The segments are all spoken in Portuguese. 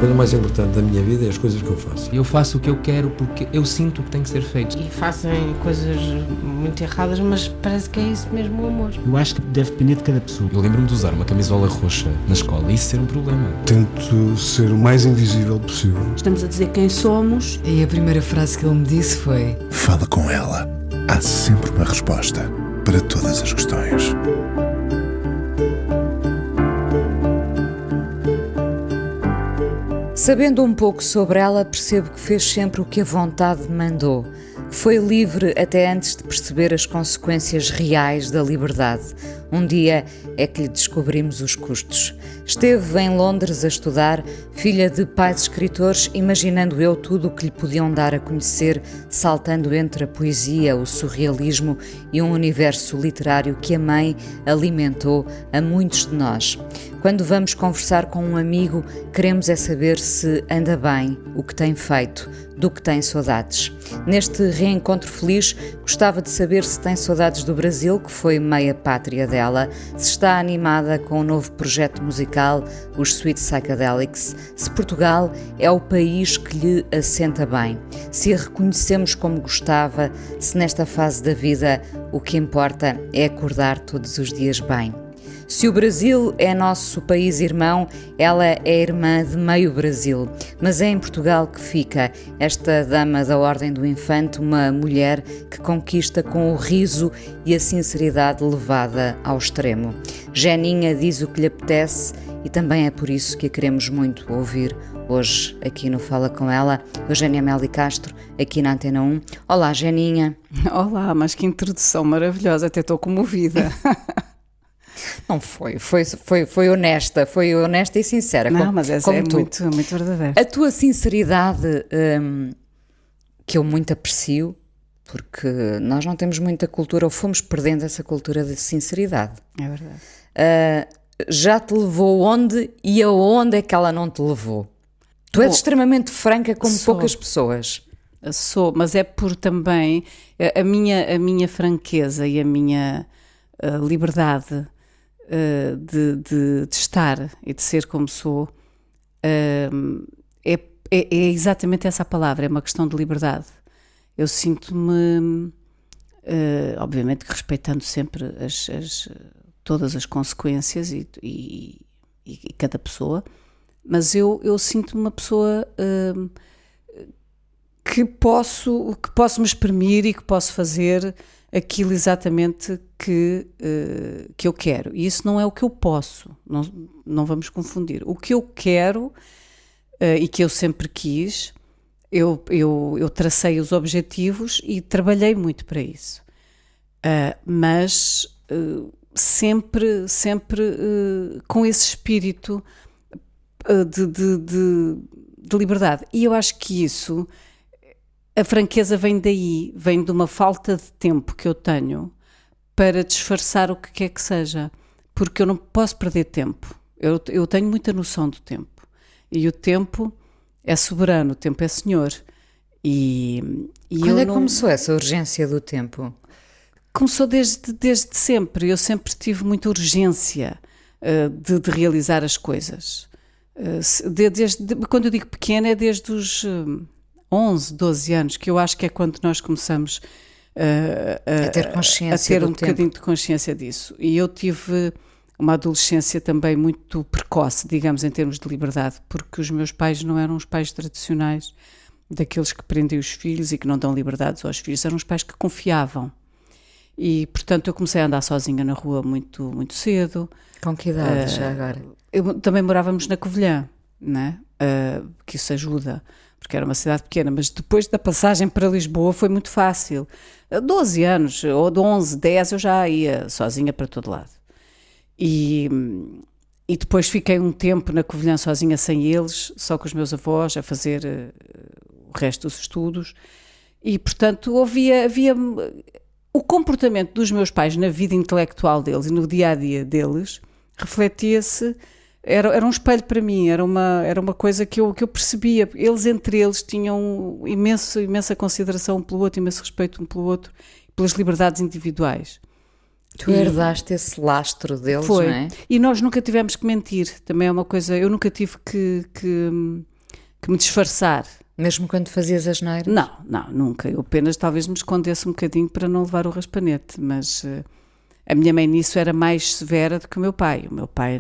coisa mais importante da minha vida é as coisas que eu faço. Eu faço o que eu quero porque eu sinto que tem que ser feito. E fazem coisas muito erradas, mas parece que é isso mesmo o amor. Eu acho que deve depender de cada pessoa. Eu lembro-me de usar uma camisola roxa na escola e isso ser um problema. Tento ser o mais invisível possível. Estamos a dizer quem somos. E a primeira frase que ele me disse foi: fala com ela. Há sempre uma resposta para todas as questões. Sabendo um pouco sobre ela, percebo que fez sempre o que a vontade mandou. Foi livre até antes de perceber as consequências reais da liberdade. Um dia é que lhe descobrimos os custos. Esteve em Londres a estudar, filha de pais escritores, imaginando eu tudo o que lhe podiam dar a conhecer, saltando entre a poesia, o surrealismo e um universo literário que a mãe alimentou a muitos de nós. Quando vamos conversar com um amigo, queremos é saber se anda bem, o que tem feito, do que tem saudades. Neste reencontro feliz, gostava de saber se tem saudades do Brasil, que foi meia pátria dela, se está animada com o novo projeto musical, os Sweet Psychedelics, se Portugal é o país que lhe assenta bem, se a reconhecemos como gostava, se nesta fase da vida o que importa é acordar todos os dias bem. Se o Brasil é nosso país irmão, ela é irmã de meio Brasil, mas é em Portugal que fica esta dama da Ordem do Infante, uma mulher que conquista com o riso e a sinceridade levada ao extremo. Geninha diz o que lhe apetece e também é por isso que a queremos muito ouvir hoje aqui no Fala Com Ela. Eugénia Amélia Castro, aqui na Antena 1. Olá, Geninha. Olá, mas que introdução maravilhosa, até estou comovida. Não foi honesta e sincera. Não, mas essa é muito verdadeira. A tua sinceridade, que eu muito aprecio, porque nós não temos muita cultura, ou fomos perdendo essa cultura de sinceridade. É verdade. Já te levou onde e aonde é que ela não te levou? Tu és extremamente franca como poucas pessoas. Sou, mas é por também a minha franqueza e a minha liberdade de estar e de ser como sou, é exatamente essa a palavra, é uma questão de liberdade. Eu sinto-me, obviamente que respeitando sempre todas as consequências e cada pessoa, mas eu sinto-me uma pessoa que posso me exprimir e que posso fazer aquilo exatamente que eu quero. E isso não é o que eu posso, não vamos confundir. O que eu quero e que eu sempre quis, eu tracei os objetivos e trabalhei muito para isso. Mas sempre com esse espírito de liberdade. E eu acho que isso... A franqueza vem daí, vem de uma falta de tempo que eu tenho para disfarçar o que quer que seja, porque eu não posso perder tempo. Eu tenho muita noção do tempo e o tempo é soberano, o tempo é senhor. Quando é que começou essa urgência do tempo? Começou desde sempre. Eu sempre tive muita urgência de realizar as coisas. Quando eu digo pequena é desde os 11, 12 anos, que eu acho que é quando nós começamos a ter consciência, a ter um bocadinho de consciência disso. E eu tive uma adolescência também muito precoce, digamos, em termos de liberdade, porque os meus pais não eram os pais tradicionais, daqueles que prendem os filhos e que não dão liberdades aos filhos, eram os pais que confiavam. E, portanto, eu comecei a andar sozinha na rua muito, muito cedo. Com que idade já agora? Também morávamos na Covilhã, né? Que isso ajuda, porque era uma cidade pequena, mas depois da passagem para Lisboa foi muito fácil. 12 anos, ou de 11, 10, eu já ia sozinha para todo lado. E depois fiquei um tempo na Covilhã sozinha sem eles, só com os meus avós, a fazer o resto dos estudos. E, portanto, havia o comportamento dos meus pais na vida intelectual deles e no dia-a-dia deles refletia-se. Era um espelho para mim, era uma coisa que eu percebia. Eles, entre eles, tinham imensa consideração um pelo outro, imenso respeito um pelo outro, pelas liberdades individuais. Tu herdaste esse lastro deles, foi. Não é? E nós nunca tivemos que mentir, também é uma coisa, eu nunca tive que me disfarçar. Mesmo quando fazias asneiras? Não, nunca. Eu apenas talvez me escondesse um bocadinho para não levar o raspanete, mas a minha mãe nisso era mais severa do que o meu pai. O meu pai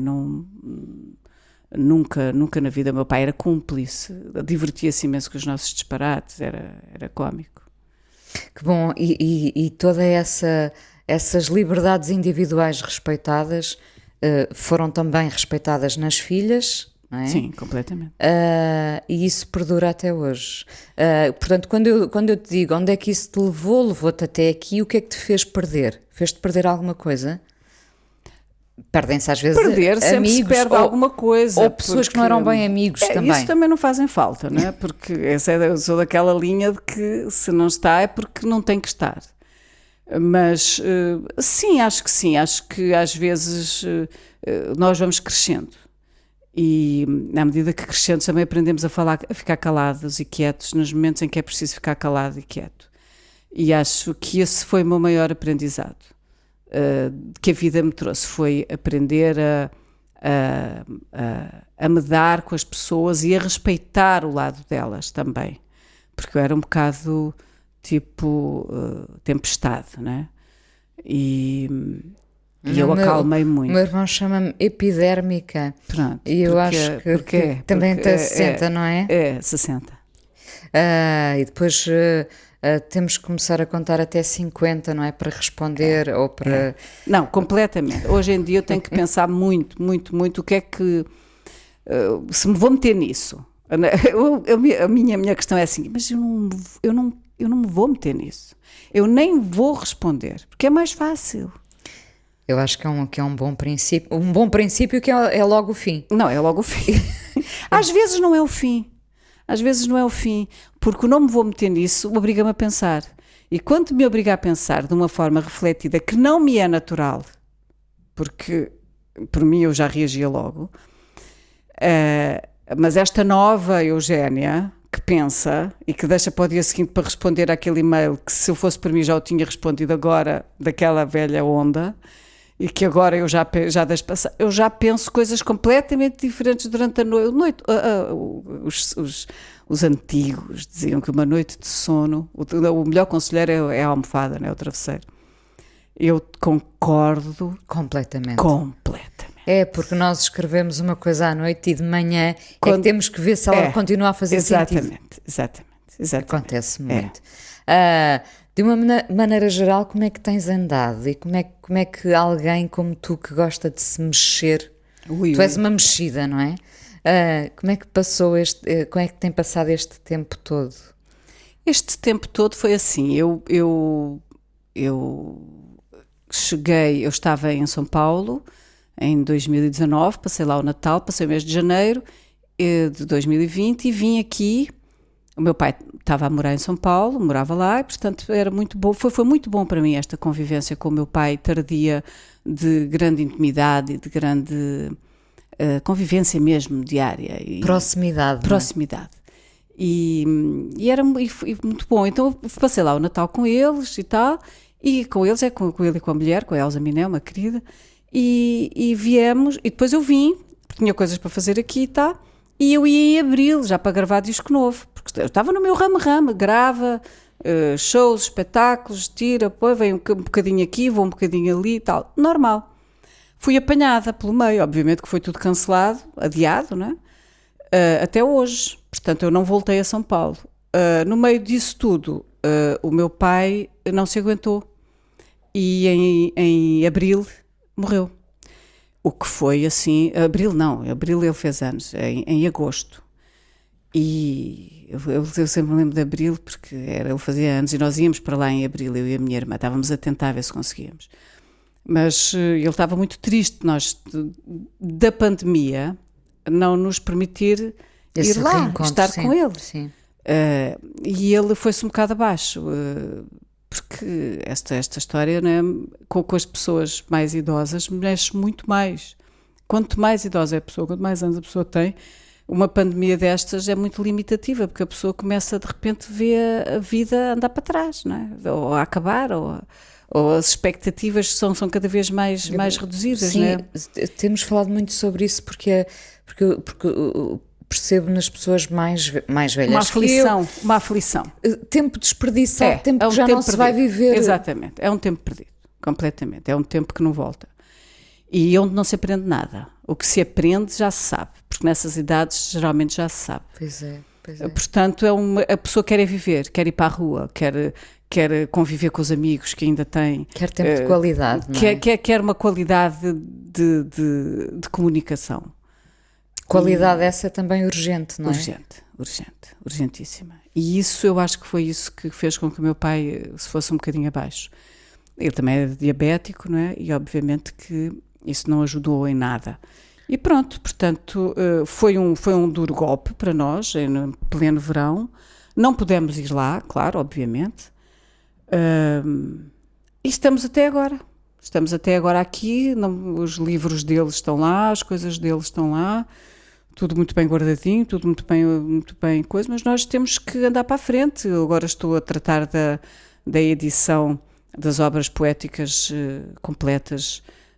nunca na vida, o meu pai era cúmplice, divertia-se imenso com os nossos disparates, era cómico. Que bom, e toda essas liberdades individuais respeitadas foram também respeitadas nas filhas, não é? Sim, completamente. E isso perdura até hoje. Portanto, quando eu te digo onde é que isso te levou, levou-te até aqui, o que é que te fez perder? Fez-te perder alguma coisa? Perdem-se às vezes perder, sempre amigos, se perde alguma coisa. Ou pessoas que não eram bem amigos também. Isso também não fazem falta, não é? Porque eu sou daquela linha de que se não está é porque não tem que estar. Mas sim, acho que sim. Acho que às vezes nós vamos crescendo. E à medida que crescemos também aprendemos a ficar calados e quietos nos momentos em que é preciso ficar calado e quieto. E acho que esse foi o meu maior aprendizado que a vida me trouxe, foi aprender a me dar com as pessoas e a respeitar o lado delas também, porque eu era um bocado tipo tempestade, né? E eu acalmei muito. O meu irmão chama-me epidérmica. Pronto, e eu acho que também tem 60, não é? É, 60. E depois temos que começar a contar até 50, não é? Para responder ou para... Não, completamente. Hoje em dia eu tenho que pensar muito o que é que... se me vou meter nisso. A minha questão é assim, mas eu não me vou meter nisso. Eu nem vou responder, porque é mais fácil. Eu acho que é um bom princípio. Um bom princípio que é logo o fim. Não, é logo o fim. Às vezes não é o fim. Às vezes não é o fim, porque o não me vou meter nisso obriga-me a pensar. E quando me obriga a pensar de uma forma refletida, que não me é natural, porque por mim eu já reagia logo, mas esta nova Eugénia, que pensa e que deixa para o dia seguinte para responder àquele e-mail que se eu fosse por mim já o tinha respondido agora, daquela velha onda, e que agora eu já deixo passar, eu já penso coisas completamente diferentes durante a noite. Os antigos diziam que uma noite de sono, o melhor conselheiro é a almofada, não é o travesseiro. Eu concordo completamente. É, porque nós escrevemos uma coisa à noite e de manhã é que temos que ver se ela continua a fazer sentido. Exatamente. Acontece muito. De uma maneira geral, como é que tens andado? E como é que alguém como tu, que gosta de se mexer, tu és uma mexida, não é? Como é que como é que tem passado este tempo todo? Este tempo todo foi assim, eu cheguei, eu estava em São Paulo em 2019, passei lá o Natal, passei o mês de janeiro de 2020 e vim aqui. O meu pai estava a morar em São Paulo, morava lá e, portanto, era muito bom. Foi muito bom para mim esta convivência com o meu pai, tardia, de grande intimidade e de grande convivência mesmo, diária. E proximidade. E foi muito bom. Então, eu passei lá o Natal com eles e tal, e com eles, com ele e com a mulher, com a Elsa Miné, uma querida, e viemos, e depois eu vim, porque tinha coisas para fazer aqui e tal, e eu ia em abril, já para gravar disco novo, porque eu estava no meu ramo, grava shows, espetáculos, tira, pô, vem um bocadinho aqui, vou um bocadinho ali e tal, normal. Fui apanhada pelo meio, obviamente que foi tudo cancelado, adiado, não é? Até hoje, portanto eu não voltei a São Paulo. No meio disso tudo, o meu pai não se aguentou e em abril morreu. O que foi assim, abril ele fez anos, em agosto. E eu sempre me lembro de abril, porque ele fazia anos e nós íamos para lá em abril, eu e a minha irmã, estávamos a tentar ver se conseguíamos. Mas ele estava muito triste, nós, da pandemia, não nos permitir ir lá, estar com ele. Sim. E ele foi-se um bocado abaixo, porque esta história, né, com as pessoas mais idosas mexe muito mais. Quanto mais idosa é a pessoa, quanto mais anos a pessoa tem, uma pandemia destas é muito limitativa, porque a pessoa começa de repente a ver a vida andar para trás, não é? Ou a acabar, ou as expectativas são cada vez mais reduzidas. Sim, não é? Temos falado muito sobre isso porque percebo nas pessoas mais velhas. Uma aflição. Tempo desperdiçado, tempo que já não se vai viver. Exatamente, é um tempo perdido, completamente. É um tempo que não volta. E onde não se aprende nada. O que se aprende já se sabe, porque nessas idades geralmente já se sabe. Pois é. Portanto, a pessoa quer viver, quer ir para a rua, quer conviver com os amigos que ainda tem. Quer tempo de qualidade, não é? Quer uma qualidade de comunicação. Qualidade essa também urgente, não é? Urgentíssima. E isso, eu acho que foi isso que fez com que o meu pai se fosse um bocadinho abaixo. Ele também era diabético, não é? E obviamente que isso não ajudou em nada. E pronto, portanto, foi um duro golpe para nós, em pleno verão. Não pudemos ir lá, claro, obviamente. E estamos até agora. Estamos até agora aqui, os livros deles estão lá, as coisas deles estão lá, tudo muito bem guardadinho, tudo muito bem coisa, mas nós temos que andar para a frente. Eu agora estou a tratar da edição das obras poéticas completas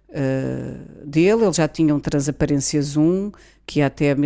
dele. Ele já tinha um Transaparências 1, que ia até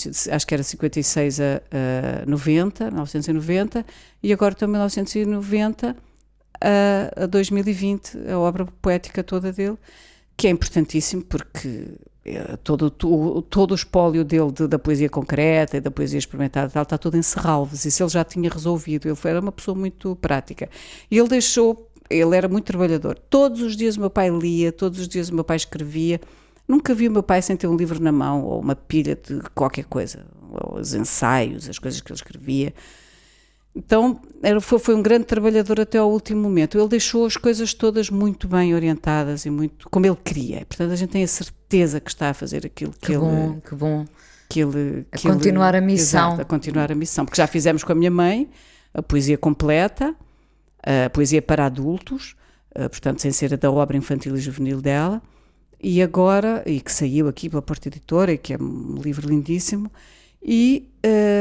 1956 a 1990, e agora está 1990 a 2020, a obra poética toda dele, que é importantíssimo porque todo o espólio dele da poesia concreta e da poesia experimentada está todo em Serralves. Isso ele já tinha resolvido. Ele era uma pessoa muito prática. E ele era muito trabalhador. Todos os dias o meu pai lia, todos os dias o meu pai escrevia. Nunca vi o meu pai sem ter um livro na mão ou uma pilha de qualquer coisa, ou os ensaios, as coisas que ele escrevia. Então foi um grande trabalhador até ao último momento. Ele deixou as coisas todas muito bem orientadas e muito como ele queria. Portanto, a gente tem a certeza que está a fazer aquilo que ele... Que bom. Continuar a missão. Exato, a continuar a missão. Porque já fizemos com a minha mãe a poesia completa, a poesia para adultos, portanto, sem ser a da obra infantil e juvenil dela. E agora, e que saiu aqui pela Porta Editora, e que é um livro lindíssimo, e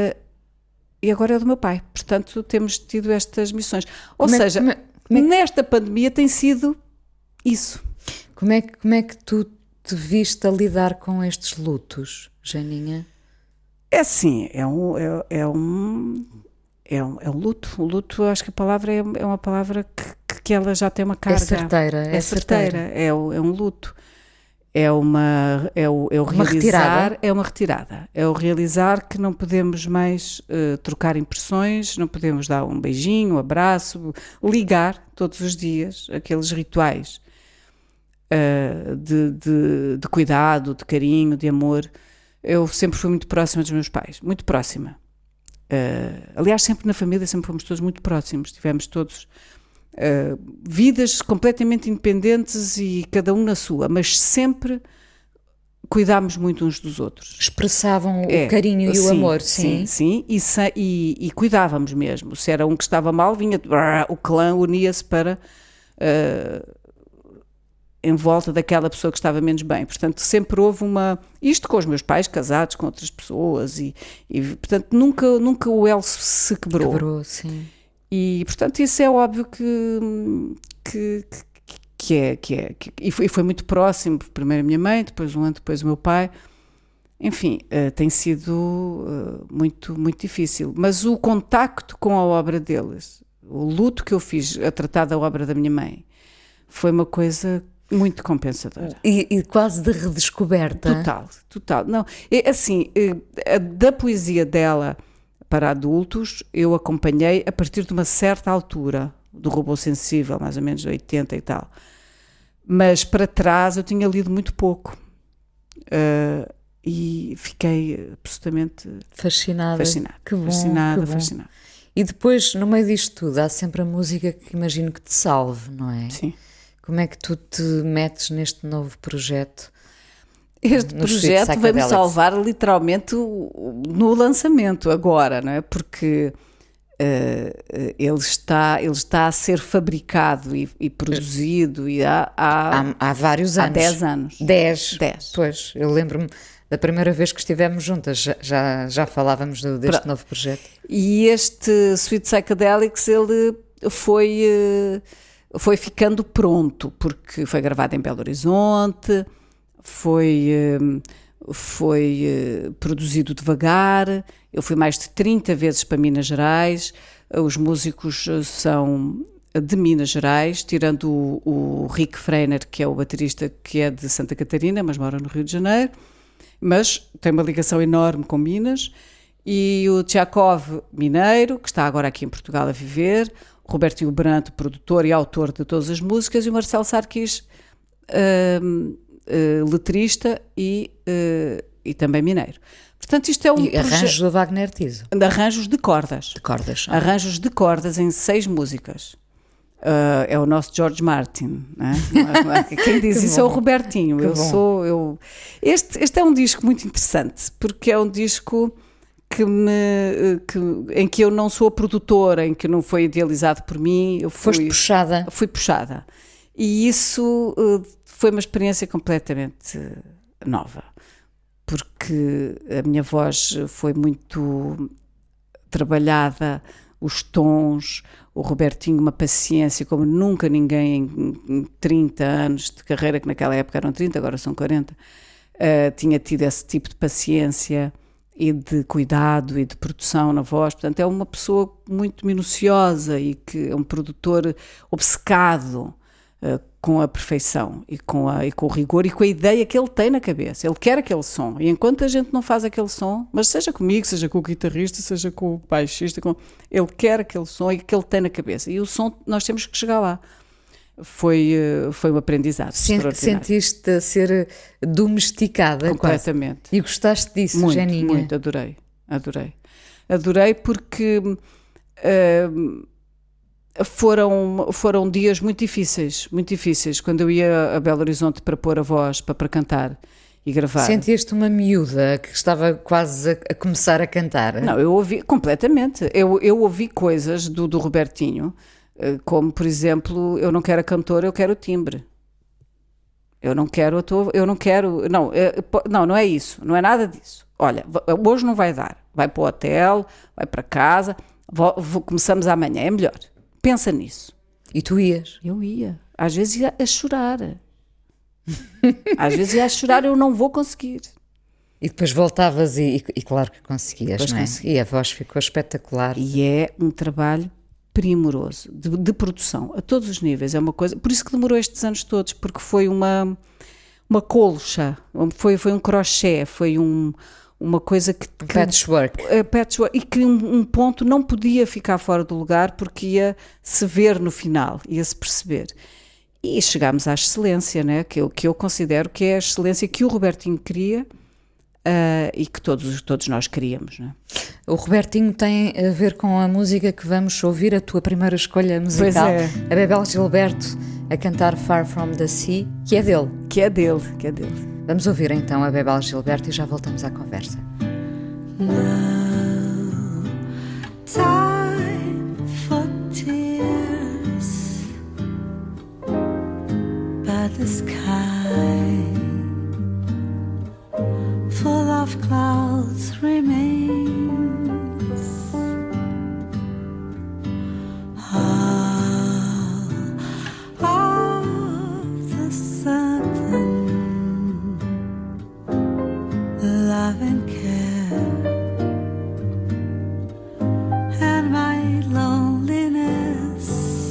agora é do meu pai. Portanto, temos tido estas missões. Ou seja, nesta pandemia tem sido isso. Como é que tu te viste a lidar com estes lutos, Janinha? É assim, é um luto. O luto, acho que a palavra é uma palavra que ela já tem uma carga. É certeira. É um luto. É o realizar, retirada. É uma retirada. É o realizar que não podemos mais trocar impressões, não podemos dar um beijinho, um abraço, ligar todos os dias, aqueles rituais de cuidado, de carinho, de amor. Eu sempre fui muito próxima dos meus pais, muito próxima. Aliás, sempre na família, sempre fomos todos muito próximos, tivemos todos vidas completamente independentes e cada um na sua, mas sempre cuidámos muito uns dos outros. Expressavam o carinho e o amor, sim. Sim, e cuidávamos mesmo. Se era um que estava mal, vinha o clã unia-se para em volta daquela pessoa que estava menos bem. Portanto, sempre houve isto com os meus pais casados com outras pessoas e portanto, nunca o elo se quebrou. Quebrou, sim. E, portanto, isso é óbvio e foi muito próximo, primeiro a minha mãe, depois um ano depois o meu pai. Enfim, tem sido muito, muito difícil. Mas o contacto com a obra deles, o luto que eu fiz a tratar da obra da minha mãe, foi uma coisa muito compensadora. E quase de redescoberta. Total. Não, assim, da poesia dela para adultos, eu acompanhei a partir de uma certa altura, do Robô Sensível, mais ou menos 80 e tal. Mas para trás eu tinha lido muito pouco. E fiquei absolutamente fascinada. Que bom, fascinada. E depois, no meio disto tudo, há sempre a música que imagino que te salve, não é? Sim. Como é que tu te metes neste novo projeto? Este projeto vai-me salvar literalmente no lançamento agora, não é? Porque ele está a ser fabricado e produzido e há vários anos. Há 10 anos. 10. Pois, eu lembro-me da primeira vez que estivemos juntas, já falávamos deste novo projeto. E este Sweet Psychedelics, ele foi ficando pronto, porque foi gravado em Belo Horizonte, foi produzido devagar. Eu fui mais de 30 vezes para Minas Gerais. Os músicos são de Minas Gerais, tirando o Rick Freiner, que é o baterista que é de Santa Catarina, mas mora no Rio de Janeiro, mas tem uma ligação enorme com Minas, e o Tchakov, mineiro, que está agora aqui em Portugal a viver, o Robertinho Branto, produtor e autor de todas as músicas, e o Marcelo Sarquis, letrista e também mineiro. Portanto, isto é um arranjos do Wagner Tiso. Arranjos de cordas. De cordas. Arranjos de cordas em 6 músicas. É o nosso George Martin, né? Quem diz isso é o Robertinho. Este é um disco muito interessante, porque é um disco em que eu não sou a produtora, em que não foi idealizado por mim. Foste puxada. Fui puxada. E isso foi uma experiência completamente nova, porque a minha voz foi muito trabalhada, os tons, o Robertinho uma paciência como nunca ninguém em 30 anos de carreira, que naquela época eram 30, agora são 40, tinha tido esse tipo de paciência e de cuidado e de produção na voz. Portanto, é uma pessoa muito minuciosa e que é um produtor obcecado com a perfeição e com o rigor e com a ideia que ele tem na cabeça. Ele quer aquele som, e enquanto a gente não faz aquele som, mas seja comigo, seja com o guitarrista, seja com o baixista, ele quer aquele som e que ele tem na cabeça, e o som nós temos que chegar lá. Foi um aprendizado extraordinário. Sentiste a ser domesticada completamente quase. E gostaste disso, muito, Janinha? Muito, adorei porque foram dias muito difíceis, quando eu ia a Belo Horizonte para pôr a voz, para cantar e gravar. Sentias-te uma miúda que estava quase a começar a cantar? Não, eu ouvi completamente. Eu ouvi coisas do Robertinho, como, por exemplo, eu não quero a cantora, eu quero o timbre. Não é isso, não é nada disso. Olha, hoje não vai dar. Vai para o hotel, vai para casa, começamos amanhã, é melhor. Pensa nisso. E tu ias? Eu ia. Às vezes ia a chorar. Eu não vou conseguir. E depois voltavas e claro que conseguias, depois não é? consegui. E a voz ficou espetacular. E é um trabalho primoroso, de produção, a todos os níveis. É uma coisa... Por isso que demorou estes anos todos, porque foi uma colcha, foi um crochê, foi uma coisa que patchwork, e que um ponto não podia ficar fora do lugar, porque ia-se ver no final, ia-se perceber. E chegámos à excelência, né? que eu considero que é a excelência que o Robertinho queria, e que todos nós queríamos. Né? O Robertinho tem a ver com a música que vamos ouvir, a tua primeira escolha musical, a Bebel Gilberto a cantar Far From The Sea, que é dele. Que é dele. Vamos ouvir então a Bebel Gilberto e já voltamos à conversa. Now, time for tears, but the sky full of clouds remains. All of the sudden, love and care, and my loneliness,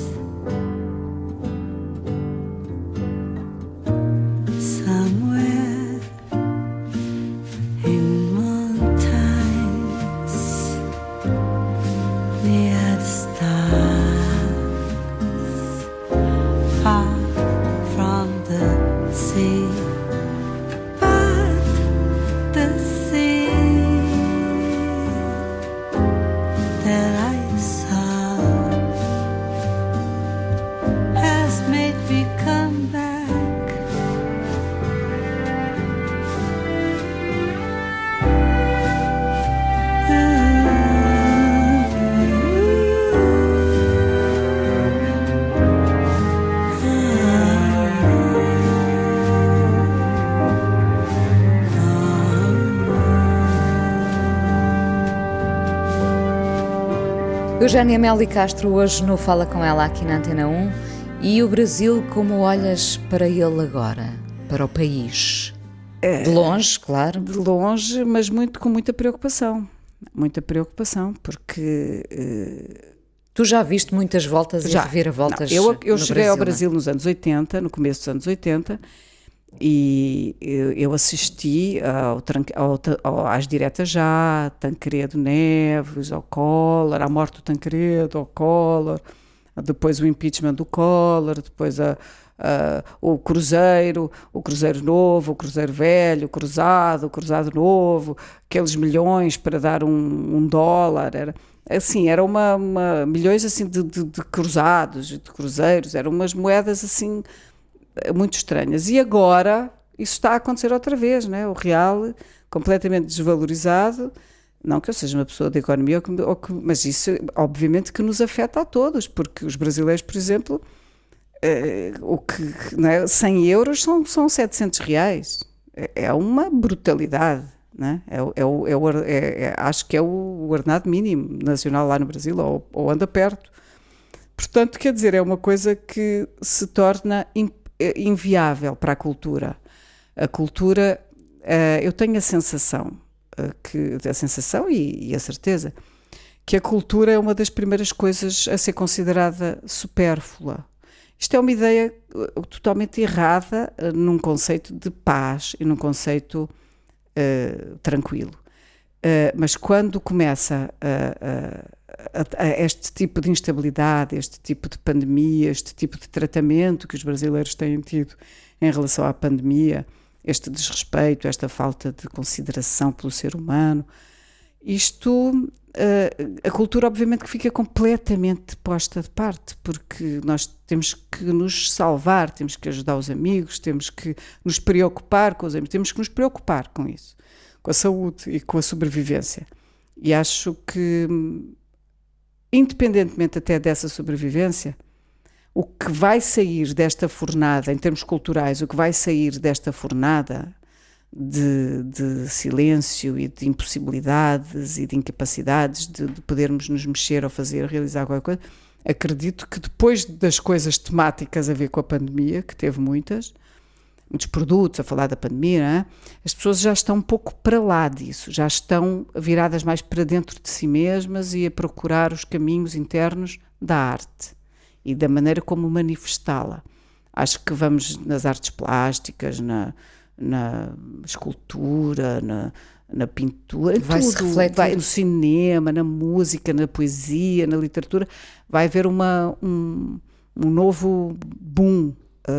somewhere in mountains near the stars, far from the sea. But the sea that I saw has made me come back. Eugénia Meli Castro hoje no Fala Com Ela aqui na Antena 1. E o Brasil, como olhas para ele agora, para o país? De longe, claro. De longe, mas com muita preocupação. Muita preocupação, porque... Tu já viste muitas voltas e reviravoltas no Brasil? Eu cheguei ao Brasil nos anos 80, no começo dos anos 80, e eu assisti às diretas já, Tancredo Neves, ao Collor, à morte do Tancredo, ao Collor, depois o impeachment do Collor, depois o Cruzeiro Novo, o Cruzeiro Velho, o Cruzado Novo, aqueles milhões para dar um dólar, eram milhões assim de cruzados, de cruzeiros, eram umas moedas assim muito estranhas. E agora isso está a acontecer outra vez, né? O real completamente desvalorizado. Não que eu seja uma pessoa de economia, mas isso obviamente que nos afeta a todos, porque os brasileiros, por exemplo, 100 euros são 700 reais. É uma brutalidade. Né? Acho que é o ordenado mínimo nacional lá no Brasil, ou anda perto. Portanto, quer dizer, é uma coisa que se torna inviável para a cultura. A cultura, eu tenho a sensação, e a certeza, que a cultura é uma das primeiras coisas a ser considerada supérflua. Isto é uma ideia totalmente errada num conceito de paz e num conceito tranquilo. Mas quando começa este tipo de instabilidade, este tipo de pandemia, este tipo de tratamento que os brasileiros têm tido em relação à pandemia, este desrespeito, esta falta de consideração pelo ser humano, a cultura obviamente que fica completamente posta de parte, porque nós temos que nos salvar, temos que ajudar os amigos, temos que nos preocupar com os amigos, temos que nos preocupar com isso, com a saúde e com a sobrevivência. E acho que, independentemente até dessa sobrevivência, o que vai sair desta fornada, em termos culturais, o que vai sair desta fornada de silêncio e de impossibilidades e de incapacidades de podermos nos mexer ou realizar qualquer coisa, acredito que depois das coisas temáticas a ver com a pandemia, que teve muitos produtos a falar da pandemia, não é? As pessoas já estão um pouco para lá disso, já estão viradas mais para dentro de si mesmas e a procurar os caminhos internos da arte e da maneira como manifestá-la. Acho que vamos nas artes plásticas, na escultura, na pintura, vai-se refletir. No cinema, na música, na poesia, na literatura, vai haver um novo boom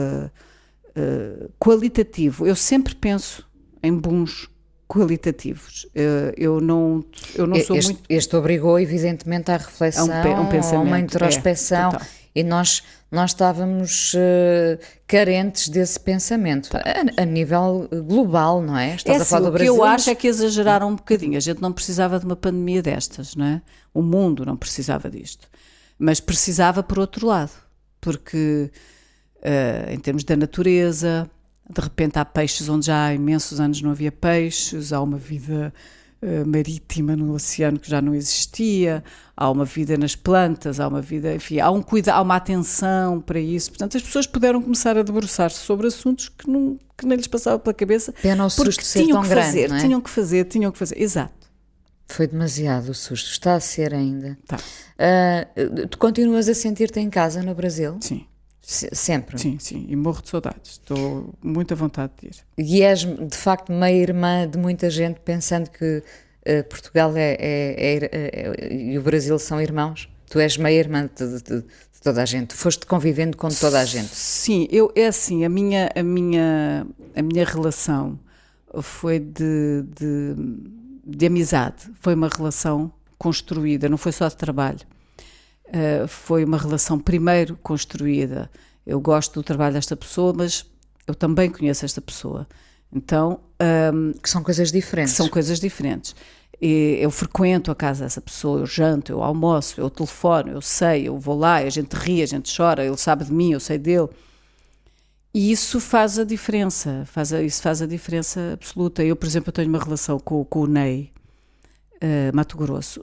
qualitativo. Eu sempre penso em booms qualitativos. Eu não sou muito... Este obrigou, evidentemente, à reflexão, a uma introspeção, e nós estávamos carentes desse pensamento, a nível global, não é? Estás a falar do Brasil. O que eu acho é que exageraram um bocadinho. A gente não precisava de uma pandemia destas, não é? O mundo não precisava disto. Mas precisava por outro lado, porque em termos da natureza, de repente há peixes onde já há imensos anos não havia peixes, há uma vida marítima no oceano que já não existia, há uma vida nas plantas, há uma vida, enfim, há uma atenção para isso. Portanto, as pessoas puderam começar a debruçar-se sobre assuntos que nem lhes passava pela cabeça, pena o susto ser tão grande, não é? Tinham que fazer, exato. Foi demasiado o susto, está a ser ainda. Tá. Tu continuas a sentir-te em casa no Brasil? Sim. Sempre? Sim, e morro de saudades, estou muito à vontade de ir. E és, de facto, meia-irmã de muita gente, pensando que Portugal e o Brasil são irmãos? Tu és meia-irmã de toda a gente, foste convivendo com toda a gente? Sim, a minha relação foi de amizade, foi uma relação construída, não foi só de trabalho. Foi uma relação primeiro construída. Eu gosto do trabalho desta pessoa, mas eu também conheço esta pessoa. Então, que são coisas diferentes. São coisas diferentes. Eu frequento a casa dessa pessoa, eu janto, eu almoço, eu telefono, eu sei, eu vou lá, a gente ri, a gente chora, ele sabe de mim, eu sei dele. E isso faz a diferença, isso faz a diferença absoluta. Eu, por exemplo, tenho uma relação com o Ney, Mato Grosso,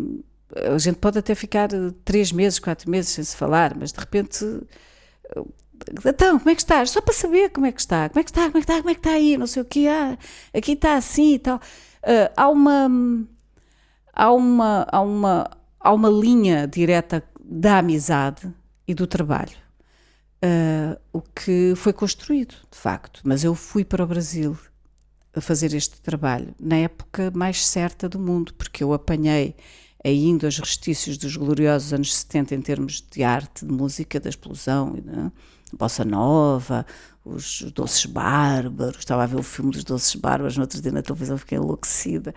a gente pode até ficar 3 meses, 4 meses sem se falar, mas de repente Então, como é que estás? Só para saber como é que está. Como é que está aí? Não sei o quê. Aqui está assim e tal. Há uma linha direta da amizade e do trabalho. O que foi construído, de facto. Mas eu fui para o Brasil a fazer este trabalho na época mais certa do mundo, porque eu apanhei ainda os restícios dos gloriosos anos 70 em termos de arte, de música, da explosão, né? Bossa Nova, os Doces Bárbaros. Estava a ver o filme dos Doces Bárbaros no outro dia na televisão, fiquei enlouquecida.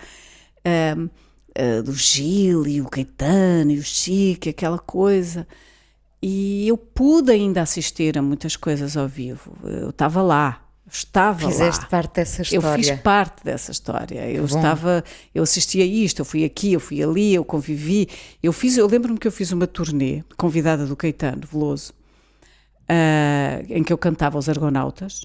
Do Gil e o Caetano e o Chico, aquela coisa. E eu pude ainda assistir a muitas coisas ao vivo. Eu estava lá. Fizeste parte dessa história. Eu fiz parte dessa história. Eu assistia a isto, eu fui aqui, eu fui ali, eu convivi. Eu lembro-me que eu fiz uma turnê convidada do Caetano Veloso, em que eu cantava os Argonautas,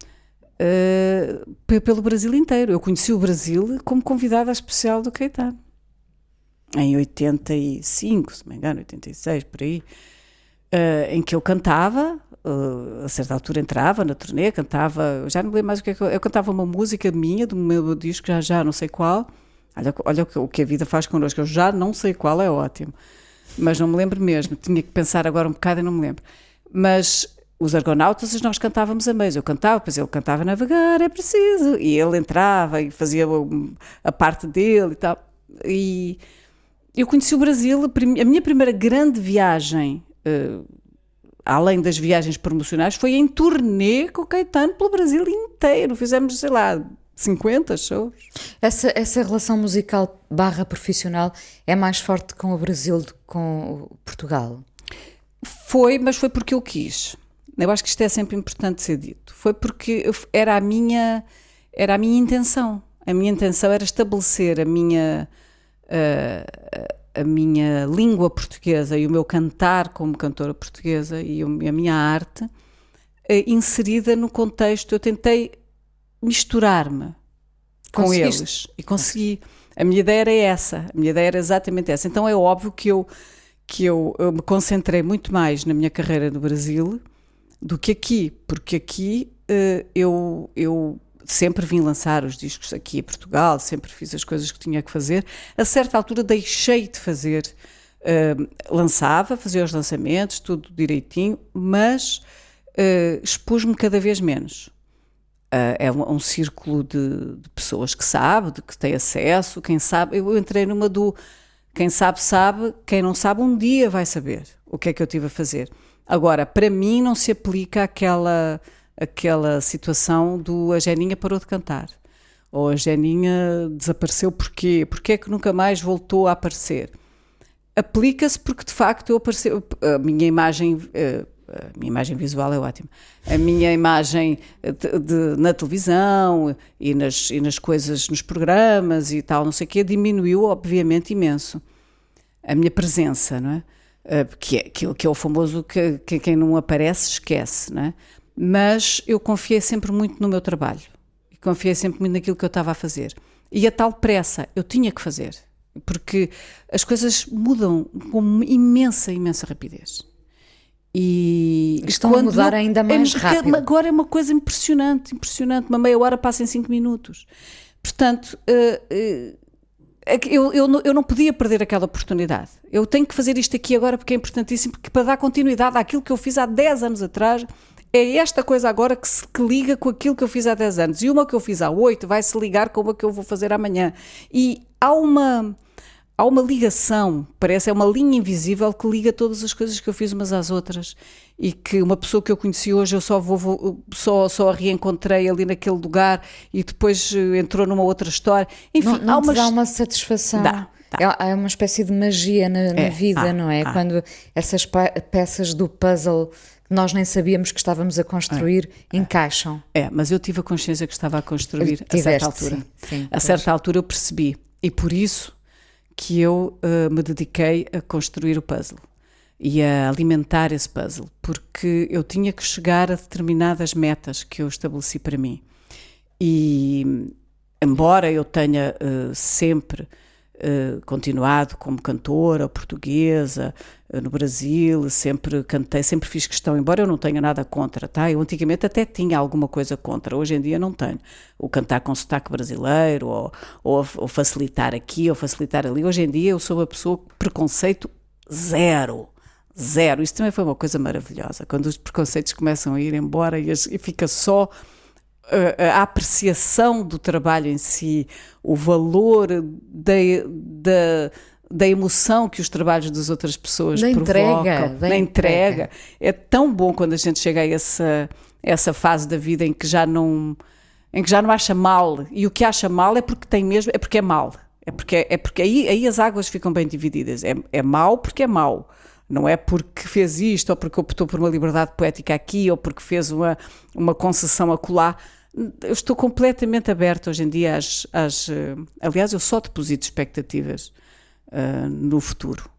pelo Brasil inteiro. Eu conheci o Brasil como convidada especial do Caetano. Em 85, se não me engano, 86, por aí, em que eu cantava. A certa altura entrava na turnê, cantava, já não lembro mais o que é que eu cantava, uma música minha, do meu disco, já não sei qual. Olha o que a vida faz connosco, eu já não sei qual, é ótimo, mas não me lembro mesmo, tinha que pensar agora um bocado e não me lembro. Mas os Argonautas, nós cantávamos a meio, eu cantava, depois ele cantava Navegar é Preciso, e ele entrava e fazia a parte dele e tal. E eu conheci o Brasil, a minha primeira grande viagem, além das viagens promocionais, foi em turnê com o Caetano pelo Brasil inteiro. Fizemos, sei lá, 50 shows. Essa relação musical / profissional é mais forte com o Brasil do que com Portugal? Mas foi porque eu quis. Eu acho que isto é sempre importante ser dito. Foi porque era a minha intenção. A minha intenção era estabelecer a minha língua portuguesa e o meu cantar como cantora portuguesa e a minha arte inserida no contexto. Eu tentei misturar-me com eles e consegui. A minha ideia era essa, a minha ideia era exatamente essa. Então é óbvio que eu me concentrei muito mais na minha carreira no Brasil do que aqui, porque aqui eu sempre vim lançar os discos aqui em Portugal, sempre fiz as coisas que tinha que fazer. A certa altura deixei de fazer, fazia os lançamentos, tudo direitinho, mas expus-me cada vez menos. É um círculo de pessoas que sabe, de que tem acesso, quem sabe. Eu entrei numa do quem sabe, sabe, quem não sabe um dia vai saber o que é que eu tive a fazer. Agora, para mim não se aplica aquela situação do a Geninha parou de cantar, ou a Geninha desapareceu porquê é que nunca mais voltou a aparecer. Aplica-se porque de facto eu apareci, a minha imagem visual é ótima, a minha imagem na televisão e nas coisas, nos programas e tal, não sei o quê, diminuiu obviamente imenso a minha presença, não é? Que é o famoso que quem não aparece esquece, não é? Mas eu confiei sempre muito no meu trabalho e confiei sempre muito naquilo que eu estava a fazer. E a tal pressa, eu tinha que fazer, porque as coisas mudam com imensa rapidez. E estão a mudar ainda mais rápido. Agora é uma coisa impressionante, uma meia hora passa em 5 minutos. Portanto, eu não podia perder aquela oportunidade. Eu tenho que fazer isto aqui agora porque é importantíssimo, porque para dar continuidade àquilo que eu fiz há 10 anos atrás, é esta coisa agora que liga com aquilo que eu fiz há 10 anos. E uma que eu fiz há 8 vai se ligar com uma que eu vou fazer amanhã. E há uma ligação, é uma linha invisível que liga todas as coisas que eu fiz umas às outras. E que uma pessoa que eu conheci hoje eu só a reencontrei ali naquele lugar e depois entrou numa outra história. Enfim, não te dá uma satisfação. Dá. É uma espécie de magia na vida, não é? Quando essas peças do puzzle que nós nem sabíamos que estávamos a construir encaixam. Mas eu tive a consciência que estava a construir a certa altura. Sim, a certa altura eu percebi. E por isso que eu me dediquei a construir o puzzle e a alimentar esse puzzle, porque eu tinha que chegar a determinadas metas que eu estabeleci para mim. E embora eu tenha sempre continuado como cantora portuguesa no Brasil, sempre cantei, sempre fiz questão, embora eu não tenha nada contra, tá? Eu antigamente até tinha alguma coisa contra, hoje em dia não tenho. O cantar com sotaque brasileiro, ou facilitar aqui, ou facilitar ali. Hoje em dia eu sou uma pessoa com preconceito zero. Isso também foi uma coisa maravilhosa, quando os preconceitos começam a ir embora e fica só a apreciação do trabalho em si, o valor da emoção que os trabalhos das outras pessoas provocam, da entrega. É tão bom quando a gente chega a essa fase da vida em que já não acha mal, e o que acha mal é porque tem mesmo, é porque é mal, é porque aí as águas ficam bem divididas, é mau porque é mau. Não é porque fez isto, ou porque optou por uma liberdade poética aqui, ou porque fez uma concessão acolá. Eu estou completamente aberta hoje em dia aliás, eu só deposito expectativas no futuro.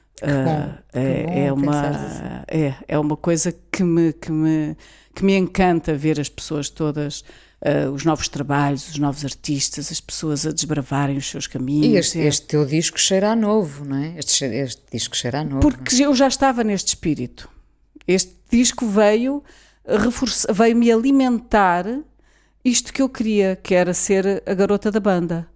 É uma coisa que me encanta ver as pessoas todas, os novos trabalhos, os novos artistas, as pessoas a desbravarem os seus caminhos. E este teu disco cheira a novo, não é? Este disco cheira a novo. Porque eu já estava neste espírito. Este disco veio-me alimentar isto que eu queria, que era ser a garota da banda.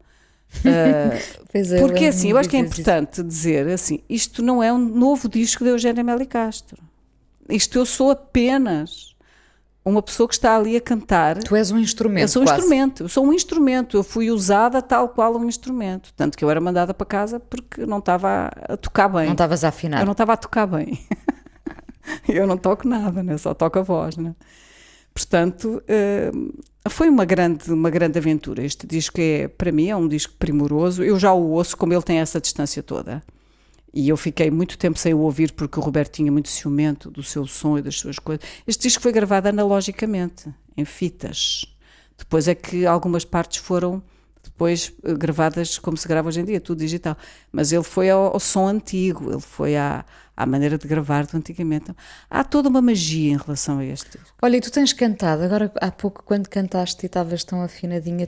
Porque assim, eu acho que é importante dizer assim, isto não é um novo disco de Eugénia Amélia Castro. Isto eu sou apenas uma pessoa que está ali a cantar. Tu és um instrumento. Eu sou um instrumento. Eu fui usada tal qual um instrumento. Tanto que eu era mandada para casa porque não estava a tocar bem. Não estavas a afinar. Eu não estava a tocar bem. Eu não toco nada, né? Só toco a voz, né? Portanto, foi uma grande aventura. Este disco para mim, é um disco primoroso. Eu já o ouço, como ele tem essa distância toda. E eu fiquei muito tempo sem o ouvir porque o Roberto é muito ciumento do seu som e das suas coisas. Este disco foi gravado analogicamente, em fitas. Depois é que algumas partes foram depois gravadas como se grava hoje em dia, tudo digital. Mas ele foi ao som antigo, ele foi à maneira de gravar do antigamente. Há toda uma magia em relação a este. Olha, e tu tens cantado, agora há pouco quando cantaste e estavas tão afinadinha,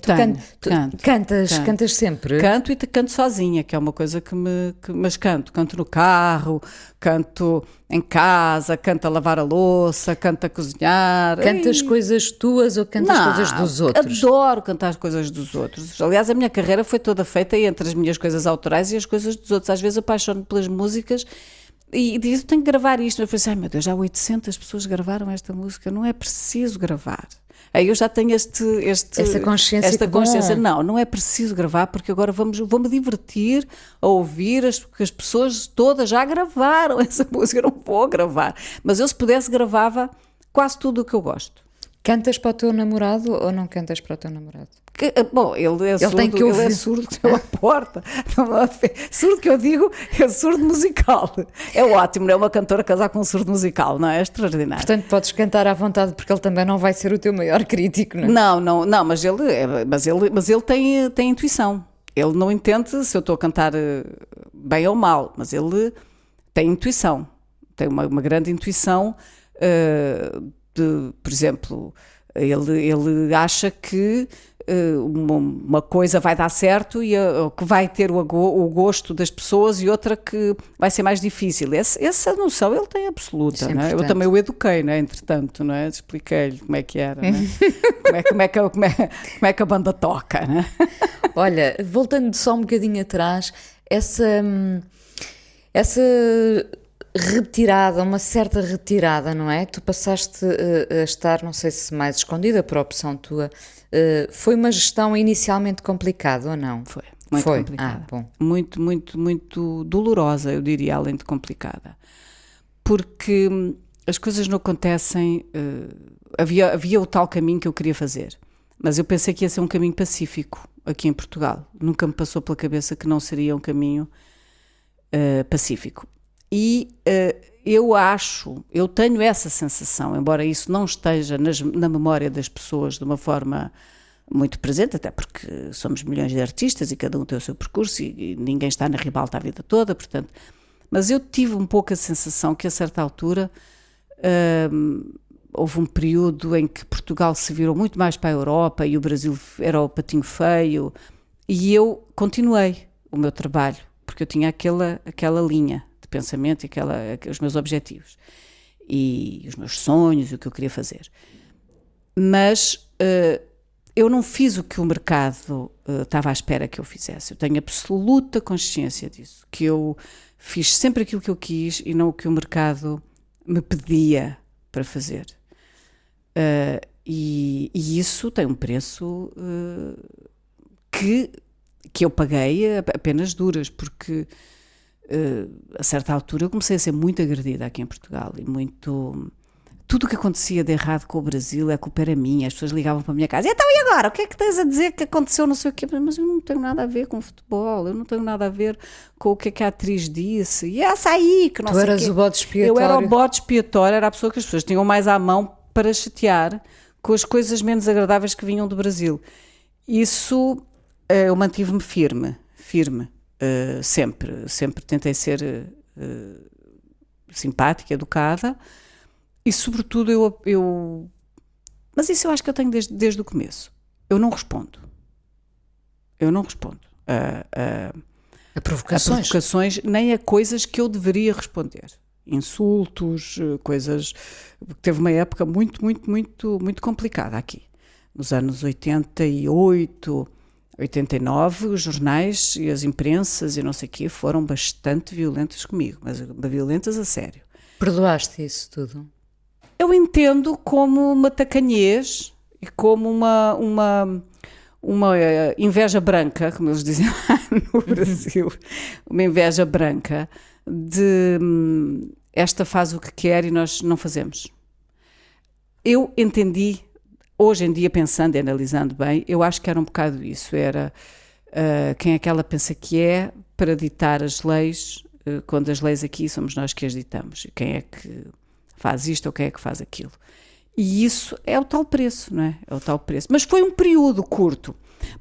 cantas sempre? Canto e canto sozinha, que é uma coisa mas canto no carro, canto em casa, canto a lavar a louça, canto a cozinhar. Cantas coisas tuas ou cantas coisas dos outros? Adoro cantar as coisas dos outros. Aliás, a minha carreira foi toda feita entre as minhas coisas autorais e as coisas dos outros. Às vezes apaixono-me pelas músicas e digo, tenho que gravar isto. Mas eu pensei, ai meu Deus, já 800 pessoas gravaram esta música, não é preciso gravar. Aí eu já tenho esta consciência. Não é preciso gravar, porque agora vou-me divertir a ouvir porque as pessoas todas já gravaram essa música, eu não vou gravar. Mas eu, se pudesse, gravava quase tudo o que eu gosto. Cantas para o teu namorado ou não cantas para o teu namorado? Bom, ele é surdo pela porta. Surdo que eu digo é surdo musical. É ótimo, não é uma cantora casar com um surdo musical, não é? É extraordinário. Portanto, podes cantar à vontade porque ele também não vai ser o teu maior crítico, não é? Não, mas ele tem intuição. Ele não entende se eu estou a cantar bem ou mal, mas ele tem intuição. Tem uma grande intuição por exemplo, ele acha que uma coisa vai dar certo e que vai ter o gosto das pessoas e outra que vai ser mais difícil. Essa noção ele tem absoluta, não é? Eu também o eduquei, não é? Entretanto, não é? Expliquei-lhe como é que era, não é? como é que a banda toca, não é? Olha, voltando só um bocadinho atrás, essa retirada, uma certa retirada, não é? Tu passaste a estar, não sei se mais escondida por opção tua, foi uma gestão inicialmente complicada ou não? Foi, muito complicada. Bom. Muito, muito, muito dolorosa, eu diria, além de complicada. Porque as coisas não acontecem, havia o tal caminho que eu queria fazer, mas eu pensei que ia ser um caminho pacífico aqui em Portugal. Nunca me passou pela cabeça que não seria um caminho pacífico. E eu tenho essa sensação, embora isso não esteja na memória das pessoas de uma forma muito presente, até porque somos milhões de artistas e cada um tem o seu percurso e ninguém está na ribalta a vida toda, portanto, mas eu tive um pouco a sensação que a certa altura houve um período em que Portugal se virou muito mais para a Europa e o Brasil era o patinho feio, e eu continuei o meu trabalho, porque eu tinha aquela linha de pensamento, os meus objetivos e os meus sonhos, o que eu queria fazer. Mas eu não fiz o que o mercado estava à espera que eu fizesse. Eu tenho absoluta consciência disso, que eu fiz sempre aquilo que eu quis e não o que o mercado me pedia para fazer. E isso tem um preço que eu paguei apenas duras, porque a certa altura eu comecei a ser muito agredida aqui em Portugal e muito... Tudo o que acontecia de errado com o Brasil, a culpa era minha, as pessoas ligavam para a minha casa, então e agora? O que é que tens a dizer que aconteceu, não sei o quê? Mas eu não tenho nada a ver com futebol, eu não tenho nada a ver com o que é que a atriz disse, e essa aí, que não sei o quê. Tu eras o bode expiatório. Eu era o bode expiatório, era a pessoa que as pessoas tinham mais à mão para chatear com as coisas menos agradáveis que vinham do Brasil. Isso eu mantive-me firme, sempre tentei ser simpática, educada, e sobretudo mas isso eu acho que eu tenho desde o começo. Eu não respondo a provocações, nem a coisas que eu deveria responder, insultos, coisas. Teve uma época muito complicada aqui, nos anos 88, 89, os jornais e as imprensas e não sei o quê foram bastante violentas comigo, mas violentas a sério. Perdoaste isso tudo? Eu entendo como uma tacanhez e como uma inveja branca, como eles dizem lá no Brasil, uma inveja branca de esta faz o que quer e nós não fazemos. Eu entendi, hoje em dia pensando e analisando bem, eu acho que era um bocado isso, era quem é que ela pensa que é para ditar as leis, quando as leis aqui somos nós que as ditamos, quem é que faz isto ou quem é que faz aquilo. E isso é o tal preço, não é? É o tal preço. Mas foi um período curto.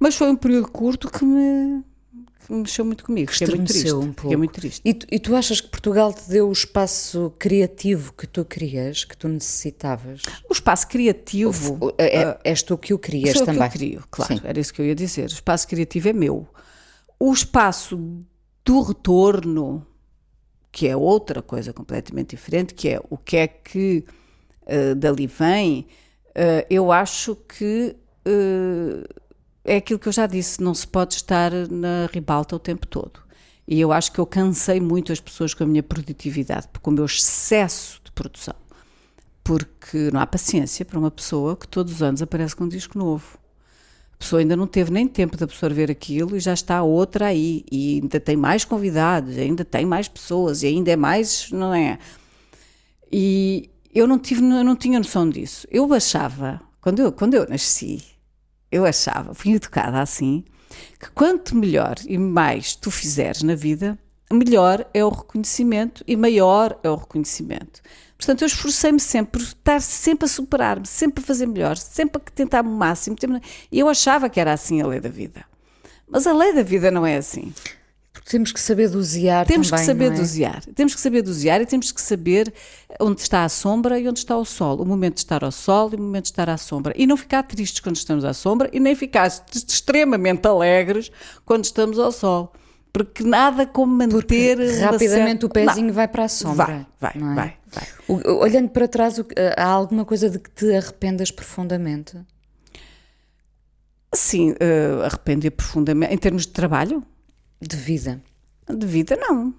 Que me mexeu muito comigo. Fiquei muito triste. E tu achas que Portugal te deu o espaço criativo que tu querias, que tu necessitavas? O espaço criativo... És tu que o querias também. Eu queria, claro. Sim. Era isso que eu ia dizer. O espaço criativo é meu. O espaço do retorno, que é outra coisa completamente diferente, que é o que é que dali vem, eu acho que é aquilo que eu já disse, não se pode estar na ribalta o tempo todo. E eu acho que eu cansei muito as pessoas com a minha produtividade, com o meu excesso de produção, porque não há paciência para uma pessoa que todos os anos aparece com um disco novo. A pessoa ainda não teve nem tempo de absorver aquilo e já está outra aí, e ainda tem mais convidados, ainda tem mais pessoas, e ainda é mais, não é? E eu não tinha noção disso. Eu achava, quando eu nasci, fui educada assim, que quanto melhor e mais tu fizeres na vida, melhor é o reconhecimento e maior é o reconhecimento. Portanto, eu esforcei-me sempre por estar sempre a superar-me, sempre a fazer melhor, sempre a tentar o máximo. E eu achava que era assim a lei da vida. Mas a lei da vida não é assim. Porque temos que saber dosear também, Temos que saber dosear. Temos que saber dosear e temos que saber onde está a sombra e onde está o sol. O momento de estar ao sol e o momento de estar à sombra. E não ficar tristes quando estamos à sombra e nem ficar extremamente alegres quando estamos ao sol. Porque nada como manter... rapidamente o pezinho vai para a sombra. Vai. Olhando para trás, há alguma coisa de que te arrependas profundamente? Sim, arrepender profundamente. Em termos de trabalho? De vida? De vida, não.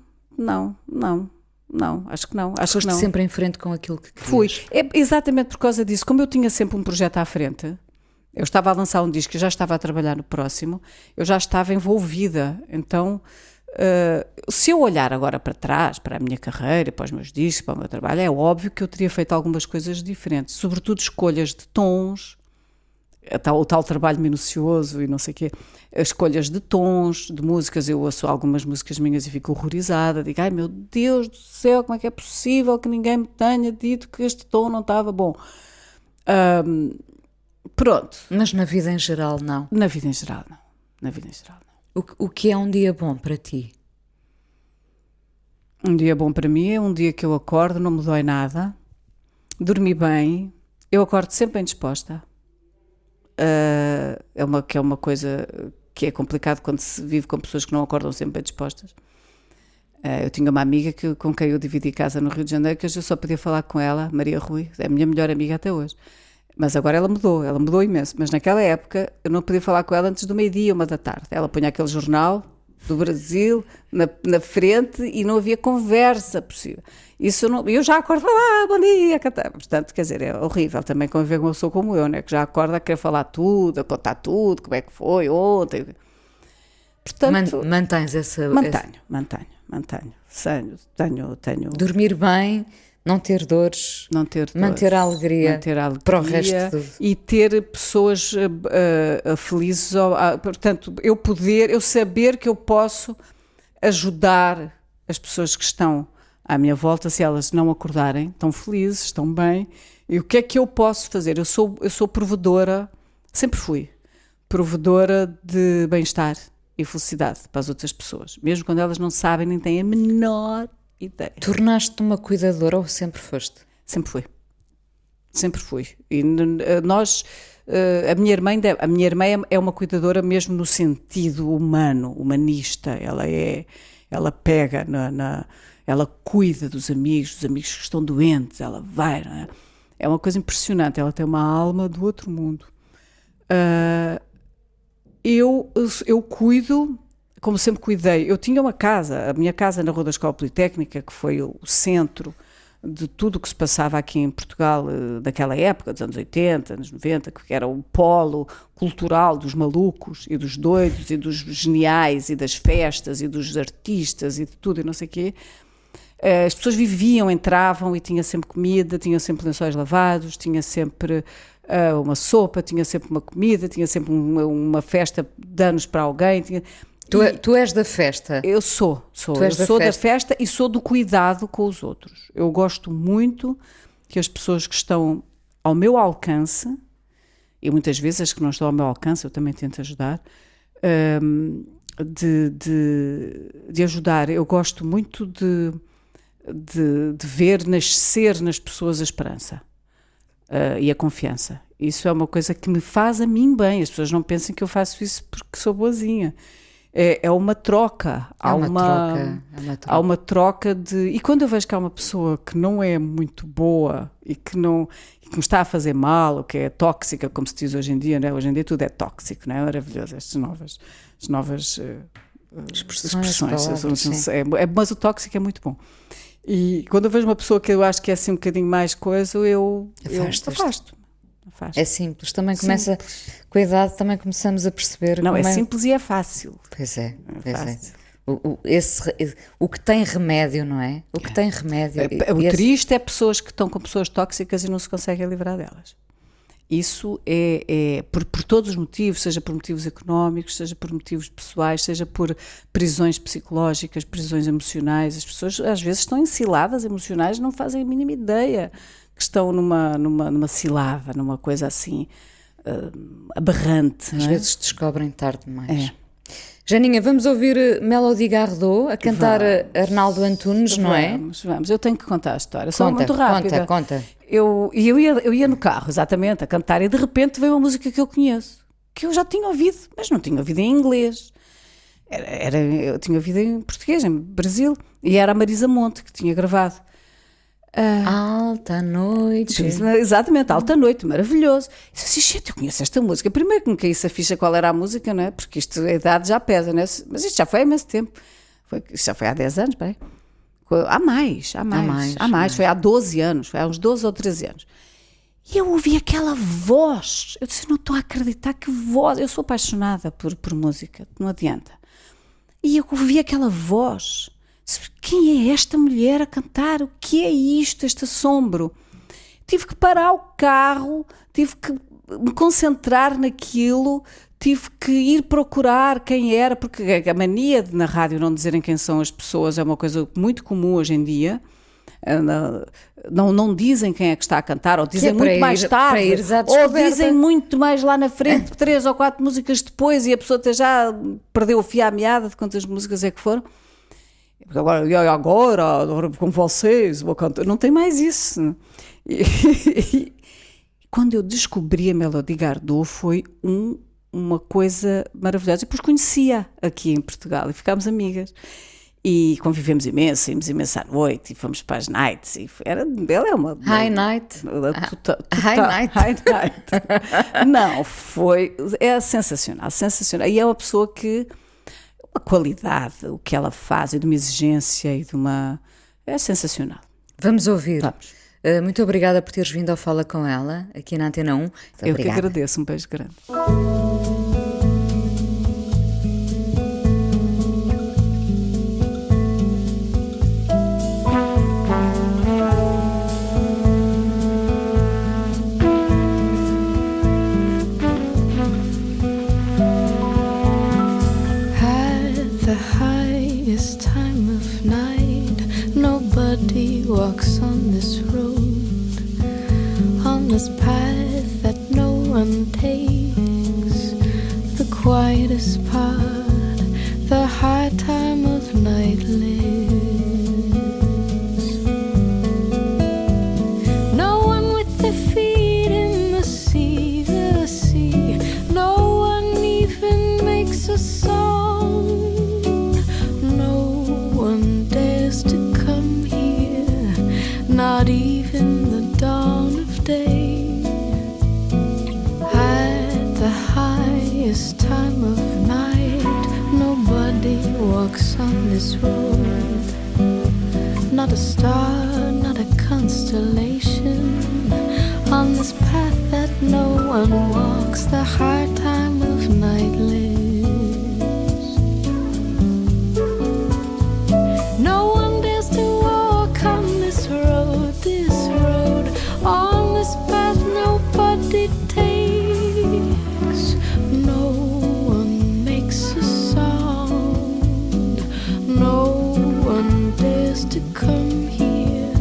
Acho que não. Foste sempre em frente com aquilo que querias? Fui. É exatamente por causa disso. Como eu tinha sempre um projeto à frente... Eu estava a lançar um disco, eu já estava a trabalhar no próximo, eu já estava envolvida. Então, se eu olhar agora para trás, para a minha carreira, para os meus discos, para o meu trabalho, é óbvio que eu teria feito algumas coisas diferentes, sobretudo escolhas de tons, o tal trabalho minucioso e não sei o quê, escolhas de tons, de músicas. Eu ouço algumas músicas minhas e fico horrorizada, digo, ai meu Deus do céu, como é que é possível que ninguém me tenha dito que este tom não estava bom? Pronto. Mas na vida em geral, não? Na vida em geral, não. O que é um dia bom para ti? Um dia bom para mim é um dia que eu acordo, não me dói nada, dormi bem, eu acordo sempre bem disposta. É uma coisa que é complicado quando se vive com pessoas que não acordam sempre bem dispostas. Eu tinha uma amiga com quem eu dividi casa no Rio de Janeiro, que eu só podia falar com ela, Maria Rui, é a minha melhor amiga até hoje. Mas agora ela mudou imenso. Mas naquela época eu não podia falar com ela antes do 12:00, 13:00. Ela punha aquele jornal do Brasil na frente e não havia conversa possível. Isso eu já acordo, bom dia, cantar. Portanto, quer dizer, é horrível também conviver com uma pessoa como eu, né? Que já acorda a querer falar tudo, a contar tudo, como é que foi ontem. Portanto, mantens essa... Mantenho. Tenho... Dormir bem, não ter dores, manter a alegria para o resto de tudo. E ter pessoas felizes. Portanto, eu saber que eu posso ajudar as pessoas que estão à minha volta, se elas não acordarem, estão felizes, estão bem. E o que é que eu posso fazer? Eu sou provedora, sempre fui, provedora de bem-estar e felicidade para as outras pessoas, mesmo quando elas não sabem nem têm a menor ideia. Tornaste-te uma cuidadora ou sempre foste? Sempre fui. E nós, a minha irmã é uma cuidadora mesmo no sentido humano, humanista. Ela pega ela cuida dos amigos que estão doentes, ela vai, não é? É uma coisa impressionante, ela tem uma alma do outro mundo. Eu cuido, como sempre cuidei. Eu tinha uma casa, a minha casa na Rua da Escola Politécnica, que foi o centro de tudo o que se passava aqui em Portugal daquela época, dos anos 80, anos 90, que era o polo cultural dos malucos e dos doidos e dos geniais e das festas e dos artistas e de tudo e não sei o quê. As pessoas viviam, entravam e tinha sempre comida, tinha sempre lençóis lavados, tinha sempre uma sopa, tinha sempre uma comida, tinha sempre uma festa de anos para alguém. Tu és da festa? Eu sou da festa e sou do cuidado com os outros. Eu gosto muito que as pessoas que estão ao meu alcance, e muitas vezes as que não estão ao meu alcance eu também tento ajudar, de ajudar. Eu gosto muito de ver nascer nas pessoas a esperança e a confiança. Isso é uma coisa que me faz a mim bem. As pessoas não pensem que eu faço isso porque sou boazinha. É uma troca. Há uma troca de... E quando eu vejo que há uma pessoa que não é muito boa e que me está a fazer mal, ou que é tóxica, como se diz hoje em dia, né? Hoje em dia tudo é tóxico, não é? Maravilhoso, estas novas expressões. Mas o tóxico é muito bom. E quando eu vejo uma pessoa que eu acho que é assim um bocadinho mais coisa, eu afasto. É simples, também começa, com a idade também começamos a perceber. Não, é simples e é fácil. Pois é. O que tem remédio, não é? O que tem remédio. O triste é pessoas que estão com pessoas tóxicas e não se conseguem livrar delas. Isso é por todos os motivos, seja por motivos económicos, seja por motivos pessoais, seja por prisões psicológicas, prisões emocionais. As pessoas às vezes estão enciladas emocionais, não fazem a mínima ideia que estão numa cilada, numa coisa assim aberrante. Às vezes descobrem tarde demais. Janinha, vamos ouvir Melody Gardot a cantar Arnaldo Antunes, não é? Vamos. Eu tenho que contar a história. Só muito rápida. Conta. Eu ia no carro, exatamente, a cantar, e de repente veio uma música que eu conheço, que eu já tinha ouvido, mas não tinha ouvido em inglês. Eu tinha ouvido em português, em Brasil, e era a Marisa Monte que tinha gravado. Alta Noite. Exatamente, Alta Noite, maravilhoso. Eu disse, eu conheço esta música. Primeiro que me caísse a ficha qual era a música, não é? Porque a idade já pesa, não é? Mas isto já foi há imenso tempo. Isto já foi há 10 anos, peraí. Há mais. Foi há 12 anos, foi há uns 12 ou 13 anos. E eu ouvi aquela voz. Eu disse, não estou a acreditar, que voz. Eu sou apaixonada por música, não adianta. E eu ouvi aquela voz. Quem é esta mulher a cantar? O que é isto, este assombro? Tive que parar o carro, tive que me concentrar naquilo, tive que ir procurar quem era, porque a mania de na rádio não dizerem quem são as pessoas é uma coisa muito comum hoje em dia. Não dizem quem é que está a cantar, ou dizem muito mais tarde, ou dizem muito mais lá na frente, 3 ou 4 músicas depois, e a pessoa até já perdeu o fio à meada de quantas músicas é que foram. Agora com vocês vou cantar. Não tem mais isso. E quando eu descobri a Melody Gardot foi um uma coisa maravilhosa. E depois conhecia aqui em Portugal e ficámos amigas. E convivemos imenso, saímos imenso à noite e fomos para as nights. Ela é uma... High night. High night. Não, é sensacional, sensacional. E é uma pessoa que... Uma qualidade, o que ela faz, e de uma exigência e de uma... É sensacional. Vamos ouvir. Vamos. Muito obrigada por teres vindo ao Fala Com Ela, aqui na Antena 1. Eu que agradeço, um beijo grande. Walks on this road, on this path that no one takes, the quietest part, the high time of night lives. No one with their feet in the sea, no one even makes a song, no one dares to come here, not even the dawn of day. At the highest time of night, nobody walks on this road. Not a star, not a constellation, on this path that no one walks, the high time of night lives. No one dares to walk on this road, on this path nobody takes. No one makes a sound, no one dares to come here.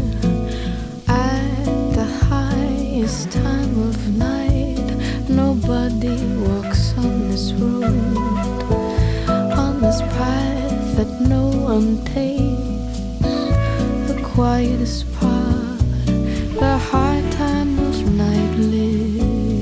At the highest time of night, nobody walks on this road, on this path that no one takes, the quietest part, the high time of night lives.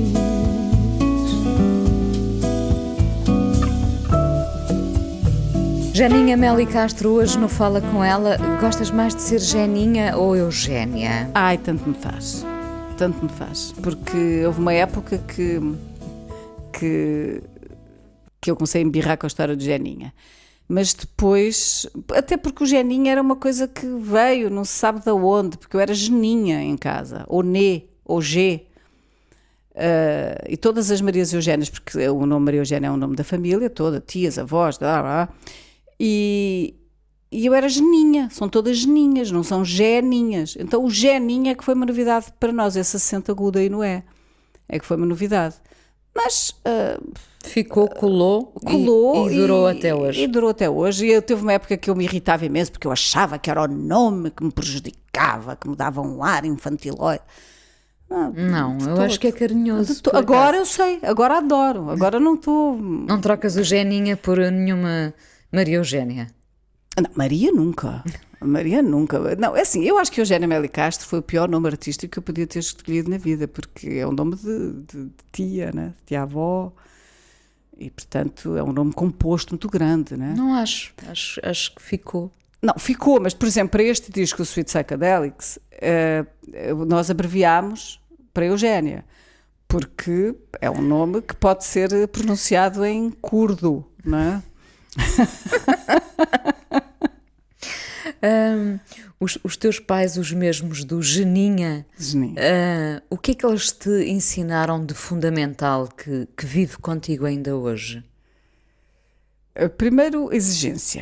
Janinha Meli Castro, hoje no Fala Com Ela. Gostas mais de ser Janinha ou Eugénia? Ai, tanto me faz, porque houve uma época que eu comecei a embirrar com a história de Janinha, mas depois, até porque o Janinha era uma coisa que veio, não se sabe de onde, porque eu era Geninha em casa, ou Nê, ou G, e todas as Marias Eugénias, porque o nome Maria Eugénia é um nome da família toda, tias, avós, e eu era Geninha, são todas Geninhas, não são Geninhas. Então o Geninha é que foi uma novidade para nós, esse acento agudo aí não é que foi uma novidade. Mas colou e durou até hoje. E durou até hoje. E eu teve uma época que eu me irritava imenso, porque eu achava que era o nome que me prejudicava, que me dava um ar infantilóide. Não, eu acho que é carinhoso. Agora eu sei, agora adoro, agora não estou... Não trocas o Geninha por nenhuma Maria Eugénia? Não, Maria nunca. Não, é assim, eu acho que Eugénia Meli Castro foi o pior nome artístico que eu podia ter escolhido na vida, porque é um nome de tia, né? Tia-avó, e portanto é um nome composto muito grande, né? Não acho que ficou. Não, ficou, mas por exemplo, para este disco, o Sweet Psychedelics, nós abreviámos para Eugénia, porque é um nome que pode ser pronunciado em curdo, não é? Os teus pais, os mesmos do Geninha, o que é que eles te ensinaram de fundamental que vive contigo ainda hoje? Primeiro, exigência.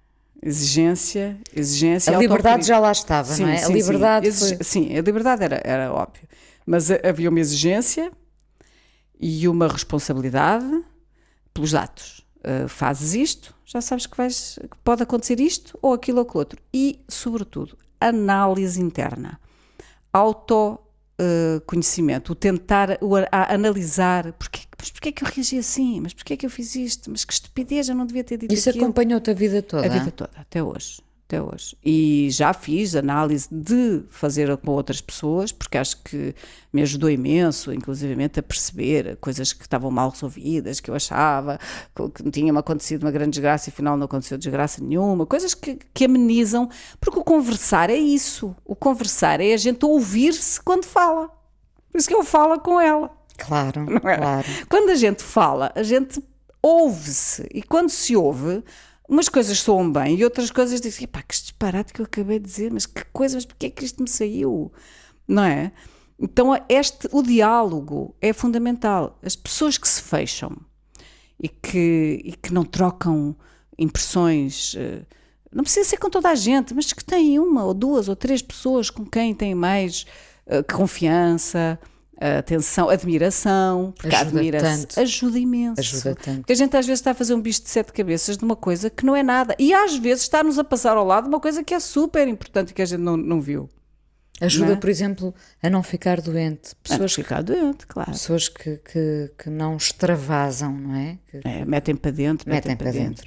A liberdade já lá estava, sim, não é? Sim, a liberdade sim. Sim, a liberdade era óbvio, mas havia uma exigência e uma responsabilidade pelos atos. Fazes isto, já sabes que pode acontecer isto ou aquilo ou aquilo outro. E, sobretudo, análise interna, autoconhecimento, o tentar analisar mas porquê é que eu reagi assim, mas porquê é que eu fiz isto, mas que estupidez, eu não devia ter dito Isso aquilo. Acompanhou-te a vida toda? A vida toda, até hoje. até hoje. E já fiz análise de fazer com outras pessoas, porque acho que me ajudou imenso, inclusivamente a perceber coisas que estavam mal resolvidas, que eu achava que tinha-me acontecido uma grande desgraça e afinal não aconteceu desgraça nenhuma, coisas que amenizam, porque o conversar é isso, o conversar é a gente ouvir-se quando fala, por isso que eu falo com ela. Claro, não é? claro. Quando a gente fala, a gente ouve-se, e quando se ouve, umas coisas soam bem e outras coisas dizem, pá, que disparate que eu acabei de dizer, mas que coisa, mas porque é que isto me saiu? Não é? Então o diálogo é fundamental. As pessoas que se fecham e que não trocam impressões, não precisa ser com toda a gente, mas que têm uma ou duas ou três pessoas com quem têm mais confiança, atenção, admiração, porque a admiração ajuda imenso. Ajuda tanto. Porque a gente às vezes está a fazer um bicho de 7 cabeças de uma coisa que não é nada. E às vezes está-nos a passar ao lado uma coisa que é super importante e que a gente não viu. Ajuda, não é? Por exemplo, a não ficar doente. Pessoas a não ficar doente, claro. Pessoas que não extravasam, não é? Metem para dentro, metem para dentro.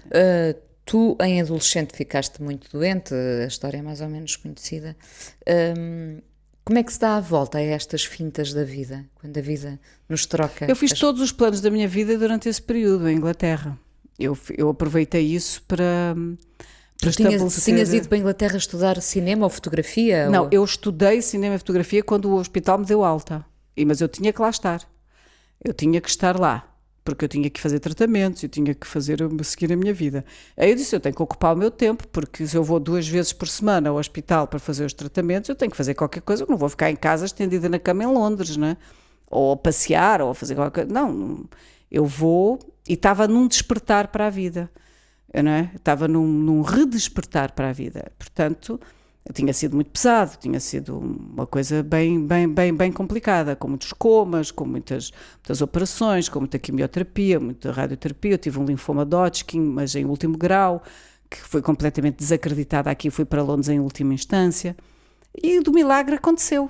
Tu, em adolescente, ficaste muito doente, a história é mais ou menos conhecida. Como é que se dá a volta a estas fintas da vida, quando a vida nos troca? Eu fiz todos os planos da minha vida durante esse período em Inglaterra. Eu aproveitei isso para estabelecer... Tinhas ido para a Inglaterra estudar cinema ou fotografia? Não, eu estudei cinema e fotografia quando o hospital me deu alta. Mas eu tinha que lá estar. Eu tinha que estar lá. Porque eu tinha que fazer tratamentos, eu tinha que seguir a minha vida. Aí eu disse, eu tenho que ocupar o meu tempo, porque se eu vou 2 vezes por semana ao hospital para fazer os tratamentos, eu tenho que fazer qualquer coisa, eu não vou ficar em casa estendida na cama em Londres, não é? Ou a passear, ou a fazer qualquer coisa. Não, eu vou, e estava num despertar para a vida, não é? Estava num redespertar para a vida. Portanto, tinha sido muito pesado, tinha sido uma coisa bem complicada, com muitos comas, com muitas operações, com muita quimioterapia, muita radioterapia. Eu tive um linfoma de Hodgkin, mas em último grau, que foi completamente desacreditada aqui, fui para Londres em última instância. E do milagre aconteceu.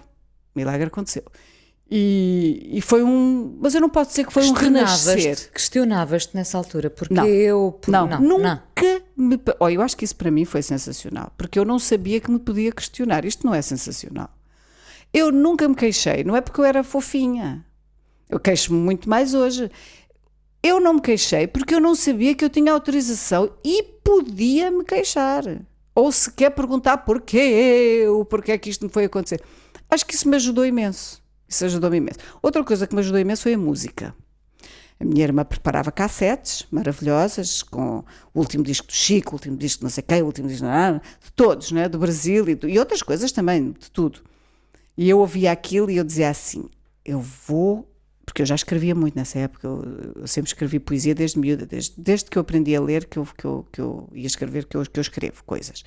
E foi mas eu não posso dizer que foi um renascer. Questionavas-te nessa altura? Porque não, eu... Nunca me... eu acho que isso para mim foi sensacional, porque eu não sabia que me podia questionar. Isto não é sensacional. Eu nunca me queixei, não é porque eu era fofinha. Eu queixo-me muito mais hoje. Eu não me queixei porque eu não sabia que eu tinha autorização e podia me queixar. Ou sequer perguntar porque é que isto me foi acontecer. Acho que isso me ajudou imenso. Isso ajudou-me imenso. Outra coisa que me ajudou imenso foi a música. A minha irmã preparava cassetes maravilhosas, com o último disco do Chico, o último disco de não sei quem, o último disco de todos, né? Do Brasil e outras coisas também, de tudo. E eu ouvia aquilo e eu dizia assim, eu vou... Porque eu já escrevia muito nessa época, eu sempre escrevi poesia desde miúda, desde que eu aprendi a ler, que eu ia escrever, que eu escrevo coisas.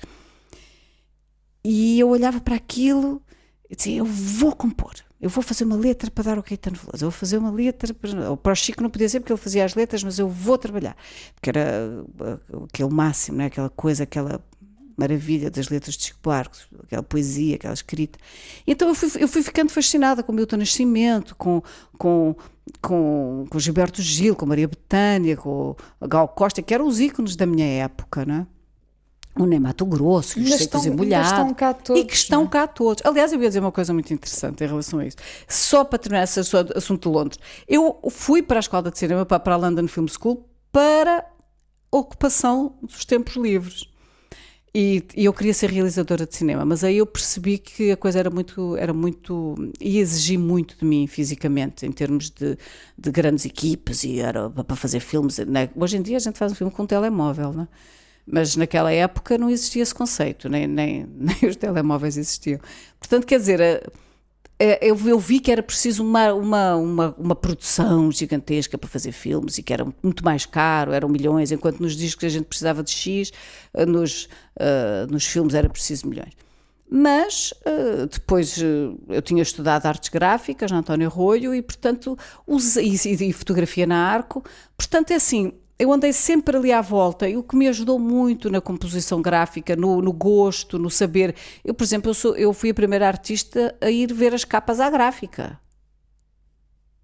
E eu olhava para aquilo e dizia, eu vou compor. Eu vou fazer uma letra para dar ao Caetano Veloso, eu vou fazer uma letra para o Chico, não podia ser porque ele fazia as letras, mas eu vou trabalhar, porque era aquele máximo, não é? Aquela coisa, aquela maravilha das letras de Chico Buarque, aquela poesia, aquela escrita. Então eu fui ficando fascinada com o Milton Nascimento, com Gilberto Gil, com Maria Bethânia, com a Gal Costa, que eram os ícones da minha época, não é? O Ney Matogrosso, os Secos e Molhados, e que estão cá todos. Aliás, eu ia dizer uma coisa muito interessante em relação a isso. Só para terminar esse assunto de Londres. Eu fui para a Escola de Cinema, para a London Film School, para ocupação dos tempos livres. E eu queria ser realizadora de cinema, mas aí eu percebi que a coisa era muito ia exigir muito de mim fisicamente, em termos de grandes equipas, e era para fazer filmes, né? Hoje em dia a gente faz um filme com um telemóvel, não é? Mas naquela época não existia esse conceito, nem os telemóveis existiam. Portanto, quer dizer, eu vi que era preciso uma produção gigantesca para fazer filmes e que era muito mais caro, eram milhões, enquanto nos discos a gente precisava de X, nos filmes era preciso milhões. Mas depois eu tinha estudado artes gráficas na António Arroio e, portanto, e fotografia na Arco. Portanto, é assim... Eu andei sempre ali à volta, e o que me ajudou muito na composição gráfica, no gosto, no saber. Eu, por exemplo, eu fui a primeira artista a ir ver as capas à gráfica.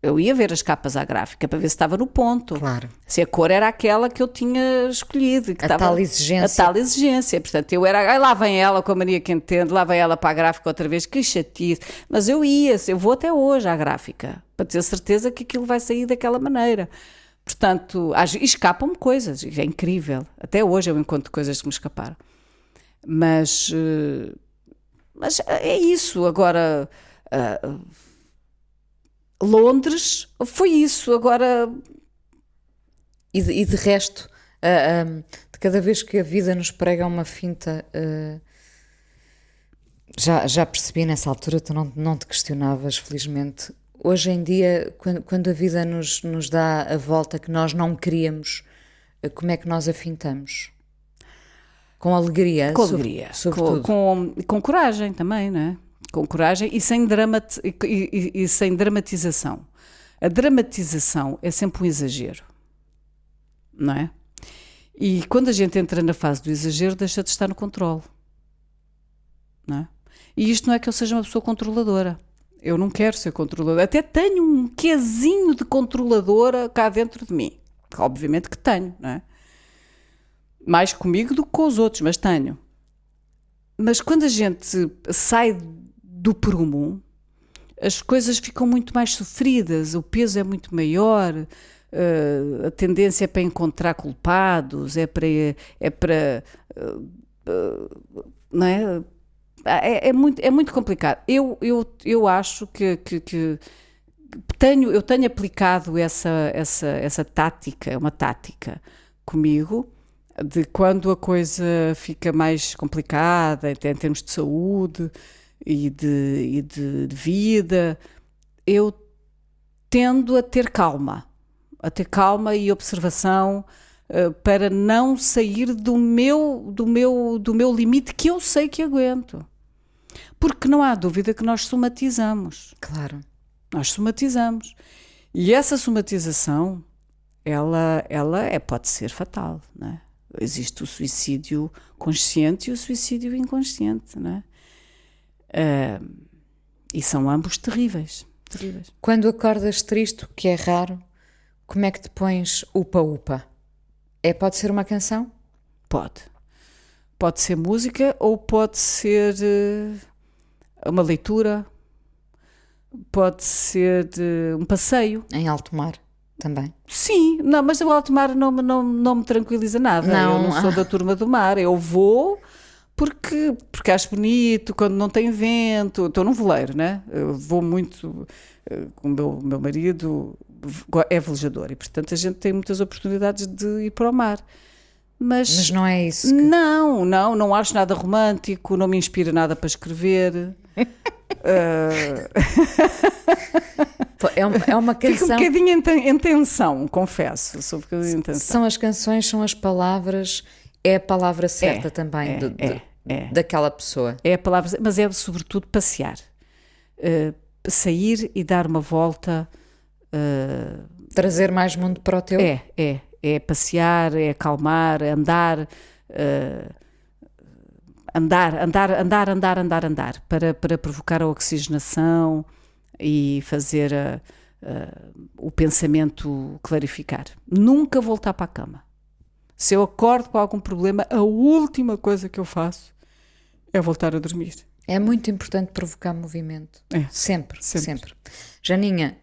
Eu ia ver as capas à gráfica para ver se estava no ponto. Claro. Se a cor era aquela que eu tinha escolhido. Que tal exigência. A tal exigência. Portanto, eu era... Ai, lá vem ela com a mania que entende, lá vem ela para a gráfica outra vez, que chatice. Mas eu vou até hoje à gráfica, para ter certeza que aquilo vai sair daquela maneira. Portanto, escapam-me coisas. É incrível. Até hoje eu encontro coisas que me escaparam. Mas é isso. Agora... Londres foi isso. Agora... E de resto, de cada vez que a vida nos prega uma finta, já percebi nessa altura, tu não te questionavas, felizmente. Hoje em dia, quando a vida nos dá a volta que nós não queríamos, como é que nós a fintamos? Com alegria? Com alegria. Sobretudo. Com coragem também, não é? Com coragem e sem dramatização. A dramatização é sempre um exagero, não é? E quando a gente entra na fase do exagero, deixa de estar no controle, não é? E isto não é que eu seja uma pessoa controladora. Eu não quero ser controladora. Até tenho um quezinho de controladora cá dentro de mim. Obviamente que tenho, não é? Mais comigo do que com os outros, mas tenho. Mas quando a gente sai do prumo, as coisas ficam muito mais sofridas, o peso é muito maior, a tendência é para encontrar culpados, não é? É muito complicado. Eu acho que eu tenho aplicado essa tática, é uma tática comigo, de quando a coisa fica mais complicada, até em termos de saúde e de vida, eu tendo a ter calma e observação para não sair do meu limite, que eu sei que aguento. Porque não há dúvida que nós somatizamos. Claro. Nós somatizamos. E essa somatização, ela pode ser fatal, não é? Existe o suicídio consciente e o suicídio inconsciente, não é? E são ambos terríveis. Quando acordas triste, o que é raro, como é que te pões upa-upa? Pode ser uma canção? Pode ser música ou pode ser uma leitura, pode ser um passeio. Em alto mar também? Sim, não, mas o alto mar não me tranquiliza nada. Eu não sou da turma do mar. Eu vou porque acho bonito, quando não tem vento. Estou num veleiro, né? Eu vou muito... O meu marido é velejador e, portanto, a gente tem muitas oportunidades de ir para o mar. Mas não é isso? Não acho nada romântico, não me inspira nada para escrever. É uma canção... Fico um bocadinho em tensão, confesso. Sou um bocadinho em tensão. São as canções, são as palavras, é a palavra certa também daquela pessoa. É a palavra, mas é sobretudo passear. Sair e dar uma volta. Trazer mais mundo para o teu? É passear, é acalmar, andar para provocar a oxigenação e fazer o pensamento clarificar. Nunca voltar para a cama. Se eu acordo com algum problema, a última coisa que eu faço é voltar a dormir. É muito importante provocar movimento. Sempre. Janinha,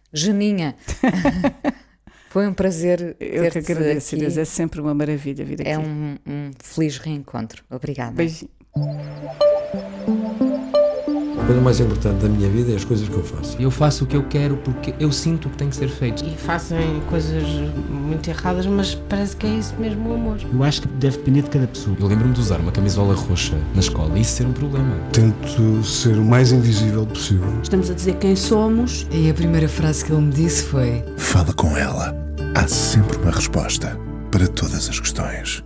foi um prazer ter-te Eu que agradeço, aqui. Deus, é sempre uma maravilha vir aqui. É um feliz reencontro. Obrigada. Beijinho. A coisa mais importante da minha vida é as coisas que eu faço. Eu faço o que eu quero porque eu sinto que tem que ser feito. E fazem coisas muito erradas, mas parece que é isso mesmo o amor. Eu acho que deve depender de cada pessoa. Eu lembro-me de usar uma camisola roxa na escola e isso ser um problema. Tento ser o mais invisível possível. Estamos a dizer quem somos. E a primeira frase que ele me disse foi: Fala com ela. Há sempre uma resposta para todas as questões.